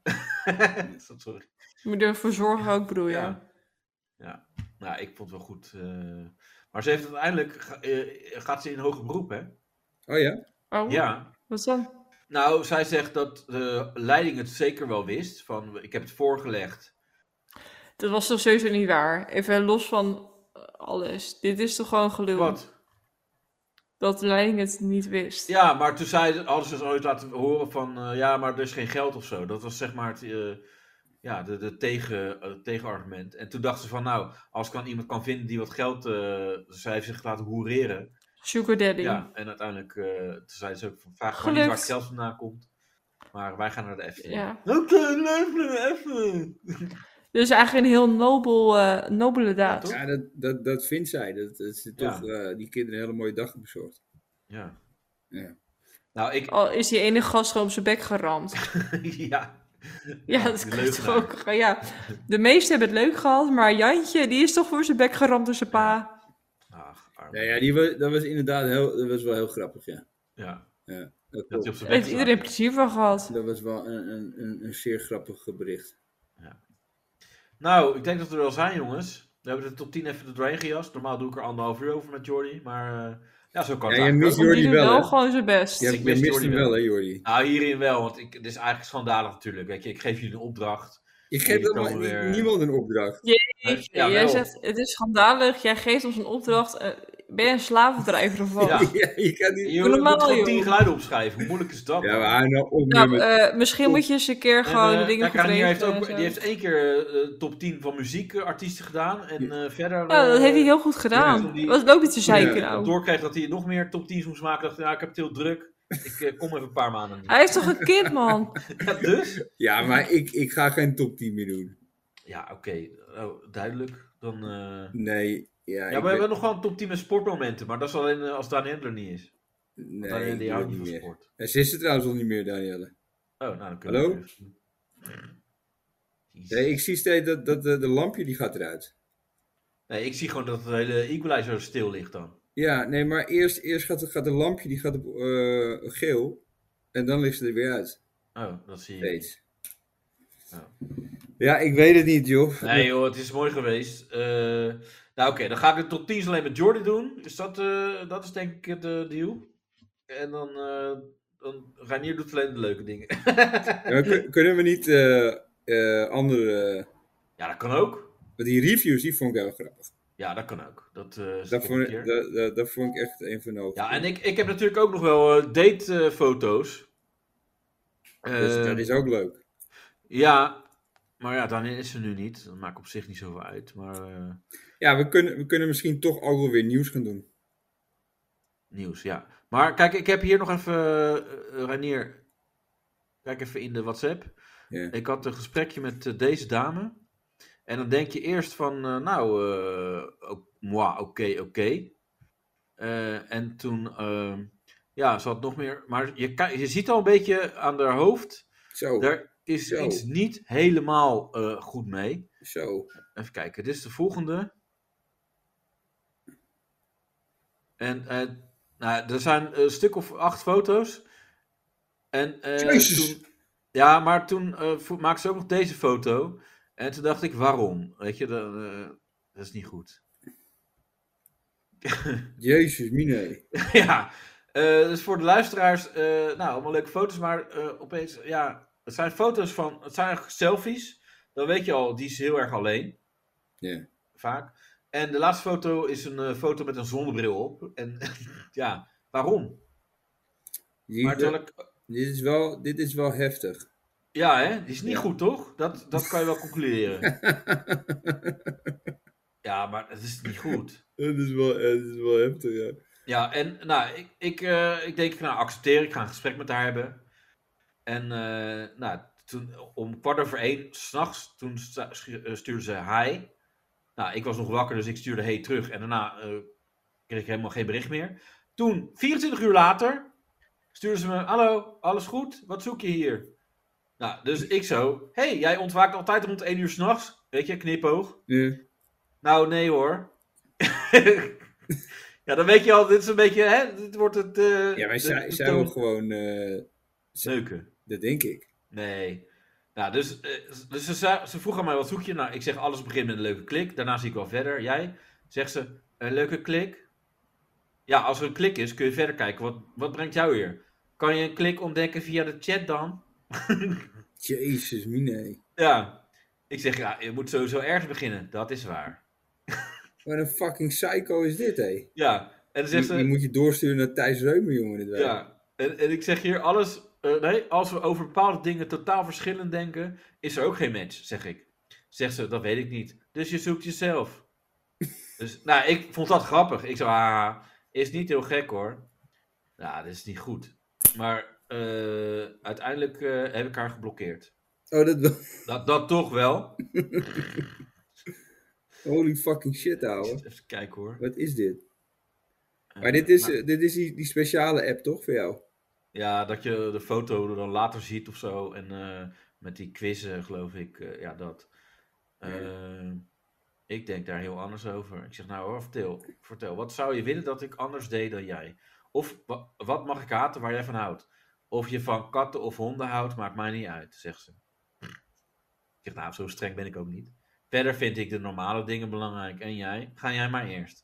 Sorry. Je moet ervoor zorgen ook, bedoel je? Ja. Ja. Nou, ik vond het wel goed. Uh... Maar ze heeft uiteindelijk, uh, gaat ze in hoger beroep, hè? Oh ja? Oh, ja. Wat dan? Nou, zij zegt dat de leiding het zeker wel wist. Van, ik heb het voorgelegd. Dat was toch sowieso niet waar? Even los van alles. Dit is toch gewoon gelul? Wat? Dat de leiding het niet wist. Ja, maar toen zei, hadden ze ooit laten horen van... Uh, ja, maar er is geen geld of zo. Dat was zeg maar het, uh, ja, de, de tegen, uh, tegenargument. En toen dachten ze van... Nou, als ik dan iemand kan vinden die wat geld... Uh, zij heeft zich laten hoereren. Sugar daddy. Ja, en uiteindelijk... Uh, toen zei ze ook van... Vraag gewoon niet waar het geld vandaan komt. Maar wij gaan naar de Efteling. Ja. Oké, naar de Efteling. Dus eigenlijk een heel nobel, uh, nobele daad. Ja, dat, dat, dat vindt zij. Dat, dat is toch ja. uh, die kinderen een hele mooie dag bezorgd. Ja. Ja. Nou, ik... Al is die ene gast gewoon op zijn bek geramd. ja. Ja, dat kan toch ook. Ja. De meesten hebben het leuk gehad, maar Jantje, die is toch voor zijn bek geramd door zijn pa. Ach, ja, ja, die was, dat was inderdaad heel, dat was wel heel grappig, ja. Ja. Ja. Dat dat Daar heeft iedereen plezier van gehad. Dat was wel een, een, een, een zeer grappig bericht. Ja. Nou, ik denk dat we er wel zijn, jongens. We hebben de top tien even er doorheen gejast. Normaal doe ik er anderhalf uur over met Jordi, maar uh, ja, zo kan het. Ja, je mist Jordi die wel, wel hè? gewoon zijn best. Ja, ik mist Jordi hem wel, hè, Jordi? Nou, hierin wel, want ik, het is eigenlijk schandalig natuurlijk. Weet je, ik geef jullie een opdracht. Je geeft helemaal weer... niemand een opdracht. Jeetje, ja, jij zegt, het is schandalig, jij geeft ons een opdracht... Uh, ben je een slavendrijver of wat? Ja, ja je kan niet... Je moet gewoon tien geluiden opschrijven. Hoe moeilijk is dat? Ja, maar nou opnemen. Nou, uh, misschien op. moet je eens een keer gewoon en, uh, dingen goed regelen. Heeft ook, die heeft één keer uh, top tien van muziekartiesten gedaan. En uh, verder... Ja, uh, dat heeft hij heel goed gedaan. Ja, die, wat loopt hij te zeiken ja, nou? Doorkreeg dat hij nog meer top tien's moest maken. Dacht ja, ik heb het heel druk. Ik uh, kom even een paar maanden niet. Hij is toch een kind, man? Ja, dus? Ja, maar ik, ik ga geen top tien meer doen. Ja, oké. Okay. Oh, duidelijk. Dan... Uh... Nee... Ja, ja, maar we ben... hebben nog wel een top tien met sportmomenten, maar dat is alleen uh, als Danielle er niet is. Nee, Danielle die houdt niet van meer. sport. En ze is er trouwens al niet meer, Danielle. Oh, nou dan kunnen Hallo? we even... Nee, ik zie steeds dat, dat de, de lampje die gaat eruit. Nee, ik zie gewoon dat het hele equalizer stil ligt dan. Ja, nee, maar eerst, eerst gaat, gaat de lampje die gaat op uh, geel en dan ligt ze er weer uit. Oh, dat zie je. Steeds. Oh. Ja, ik weet het niet, joh. Nee joh, het is mooi geweest. Uh, nou oké, okay, dan ga ik de top tien alleen met Jordi doen. Dus dat, uh, dat is denk ik de deal. En dan, uh, dan Reinier doet alleen de leuke dingen. Ja, kun, kunnen we niet uh, uh, andere... Uh... Ja, dat kan ook. Maar die reviews, die vond ik heel grappig. Ja, dat kan ook. Dat, uh, dat, vond ik, dat, dat, dat vond ik echt een van de hoogste. Ja, en ik, ik heb natuurlijk ook nog wel uh, datefoto's. Dus uh, dat is ook leuk. Ja, maar ja, dan is ze nu niet. Dat maakt op zich niet zoveel uit. Maar, uh... Ja, we kunnen, we kunnen misschien toch ook wel weer nieuws gaan doen. Nieuws, ja. Maar kijk, ik heb hier nog even, uh, Reinier, kijk even in de WhatsApp. Yeah. Ik had een gesprekje met uh, deze dame. En dan denk je eerst van, uh, nou, uh, moi, oké, okay, oké. Okay. Uh, en toen, uh, ja, ze had nog meer, maar je, je ziet al een beetje aan haar hoofd. Zo. Daar is Zo. iets niet helemaal uh, goed mee. Zo. Even kijken, dit is de volgende. En uh, nou, er zijn een stuk of acht foto's. En uh, toen, ja, maar toen uh, maakte ze ook nog deze foto. En toen dacht ik, waarom? Weet je, dat, uh, dat is niet goed. Jezus, mine. Ja, uh, dus voor de luisteraars, uh, nou, allemaal leuke foto's, maar uh, opeens, ja, het zijn foto's van, het zijn eigenlijk selfies. Dan weet je al, die is heel erg alleen. Ja. Yeah. Vaak. En de laatste foto is een uh, foto met een zonnebril op. En ja, waarom? Die, maar de, ik, dit, is wel, dit is wel heftig. Ja, hè? Die is niet ja. goed, toch? Dat, dat kan je wel concluderen. Ja, maar het is niet goed. Het is wel, het is wel heftig, ja. Ja, en nou, ik, ik, uh, ik denk, nou, accepteer. Ik ga een gesprek met haar hebben. En uh, nou, toen, om kwart over één, 's nachts, toen stuurde ze hi. Nou, ik was nog wakker, dus ik stuurde hey terug. En daarna uh, kreeg ik helemaal geen bericht meer. Toen, vierentwintig uur later, stuurde ze me, hallo, alles goed? Wat zoek je hier? Nou, dus ik zo, hé, hey, jij ontwaakt altijd rond één uur 's nachts. Weet je, knipoog. Ja. Nou, nee hoor. Ja, dan weet je al, dit is een beetje, hè, dit wordt het... Uh, ja, wij zijn, zijn we gewoon... Uh, Neuken. Dat denk ik. Nee. Nou, dus, uh, dus ze, ze vroeg aan mij, wat zoek je? Nou, ik zeg, alles begint met een leuke klik. Daarna zie ik wel verder. Jij? Zegt ze, een leuke klik? Ja, als er een klik is, kun je verder kijken. Wat, wat brengt jou hier? Kan je een klik ontdekken via de chat dan? Jezus, mine. Ja. Ik zeg, ja, je moet sowieso ergens beginnen. Dat is waar. Wat een fucking psycho is dit, hé. Ja. En dan zegt ze... Die moet je doorsturen naar Thijs Reumer, jongen. Dit ja. En, en ik zeg hier, alles... Uh, nee, als we over bepaalde dingen totaal verschillend denken, is er ook geen match, zeg ik. Zegt ze, dat weet ik niet. Dus je zoekt jezelf. Dus, nou, ik vond dat grappig. Ik zei, ah, is niet heel gek hoor. Nou, dat is niet goed. Maar uh, uiteindelijk uh, heb ik haar geblokkeerd. Oh, dat wel? Dat, dat toch wel. Holy fucking shit, ouwe. Even kijken hoor. Wat is dit? Uh, maar dit is, maar... dit is die, die speciale app toch voor jou? Ja, dat je de foto dan later ziet of zo. En uh, met die quizzen, geloof ik. Uh, ja, dat. Uh, ja. Ik denk daar heel anders over. Ik zeg, nou hoor, vertel, vertel. Wat zou je willen dat ik anders deed dan jij? Of wa- wat mag ik haten waar jij van houdt? Of je van katten of honden houdt, maakt mij niet uit, zegt ze. Ik zeg, nou, zo streng ben ik ook niet. Verder vind ik de normale dingen belangrijk. En jij? Ga jij maar eerst.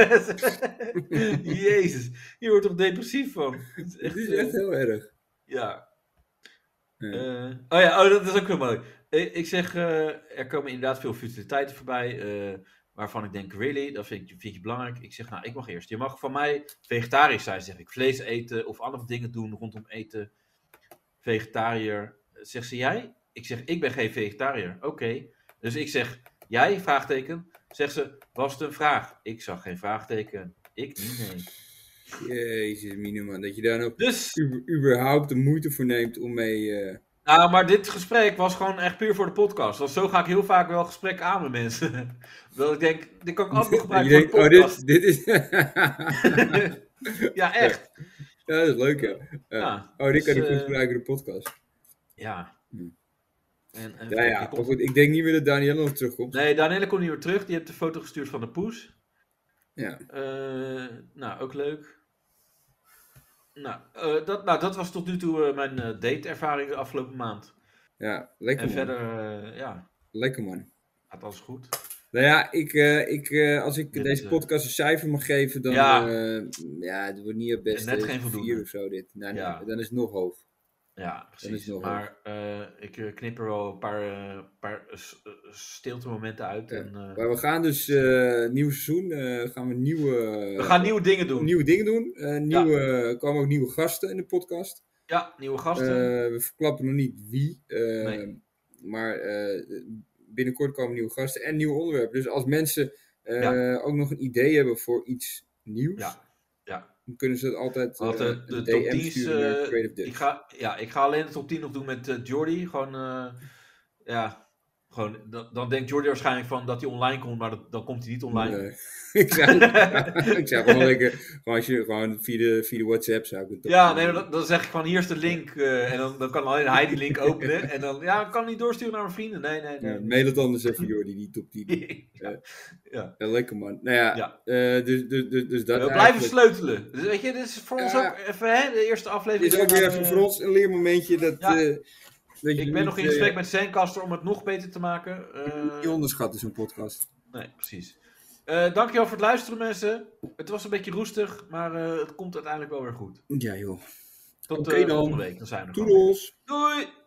Jezus, je wordt toch depressief van? Het is echt, is echt heel erg. Ja. ja. Uh, oh ja, oh, dat is ook heel mooi. Ik, ik zeg, uh, er komen inderdaad veel futiliteiten voorbij. Uh, waarvan ik denk, really? Dat vind je, vind je belangrijk. Ik zeg, nou, ik mag eerst. Je mag van mij vegetarisch zijn, zeg ik. Vlees eten of andere dingen doen rondom eten. Vegetariër. Zegt ze, jij? Ik zeg, ik ben geen vegetariër. Oké. Okay. Dus ik zeg, jij? Vraagteken. Zegt ze, was het een vraag? Ik zag geen vraagteken. Ik niet, nee. Jezus, mine man. Dat je daar ook dus, u- überhaupt de moeite voor neemt om mee... Uh... Nou, maar dit gesprek was gewoon echt puur voor de podcast. Want zo ga ik heel vaak wel gesprekken aan met mensen. Dat ik denk, dit kan ik altijd gebruiken voor de podcast. Oh, dit, dit is... Ja, echt. Ja, dat is leuk, ja. Uh, ja oh, dit dus, kan ik goed uh, gebruiken in de podcast. Ja. Hm. En, en ja, ja, maar goed, ik denk niet meer dat Danielle nog terugkomt. Nee, Danielle komt niet meer terug. Die heeft de foto gestuurd van de poes. Ja. Uh, nou, ook leuk. Nou, uh, dat, nou, dat was tot nu toe uh, mijn uh, date-ervaring de afgelopen maand. Ja, lekker en man. En verder, uh, ja. Lekker man. Gaat alles goed? Nou ja, ik, uh, ik, uh, als ik Dit, deze podcast een cijfer mag geven, dan... Ja, uh, ja het wordt niet het beste. Net geen voldoende. Vier of zo dit. Nou, ja. nee, dan is het nog hoog. Ja, precies. Maar uh, ik knip er wel een paar, uh, paar uh, stilte momenten uit. Ja. En, uh, maar we gaan dus uh, nieuw seizoen, uh, gaan we nieuwe... We gaan nieuwe dingen doen. Nieuwe dingen doen. Uh, nieuwe, ja. Er komen ook nieuwe gasten in de podcast. Ja, nieuwe gasten. Uh, we verklappen nog niet wie. Uh, nee. Maar uh, binnenkort komen nieuwe gasten en nieuwe onderwerpen. Dus als mensen uh, ja. ook nog een idee hebben voor iets nieuws... Ja. Ja. Dan kunnen ze het altijd, uh, altijd de, de D M sturen naar Creative Dutch. Ik ga, ja, ik ga alleen de top tien nog doen met uh, Jordi. Gewoon, uh, ja... Gewoon, dan, dan denkt Jordi waarschijnlijk van dat hij online komt, maar dat, dan komt hij niet online. Nee. ik zou, ik zou gewoon lekker, gewoon als je gewoon via de, via de WhatsApp zou ik het Ja, nee, dan, dan zeg ik van hier is de link uh, en dan, dan kan alleen hij die link openen en dan, ja, kan niet doorsturen naar mijn vrienden. Nee, nee, nee. Ja, mail het anders even Jordi, die top tien. ja. Uh, ja. ja, lekker man. Nou ja, ja. Uh, dus, dus, dus, dus dat We blijven eigenlijk... sleutelen. Dus weet je, dit is voor ons ja. ook even, hè, de eerste aflevering. Dit is ook weer even uh... voor ons een leermomentje dat... Ja. Uh, Ik ben niet, nog in gesprek uh, met Zencaster om het nog beter te maken. Uh, niet onderschatten zo'n podcast. Nee, precies. Uh, dankjewel voor het luisteren, mensen. Het was een beetje roestig, maar uh, het komt uiteindelijk wel weer goed. Ja, joh. Tot okay, uh, volgende week. Dan zijn we er. Doei! Doei!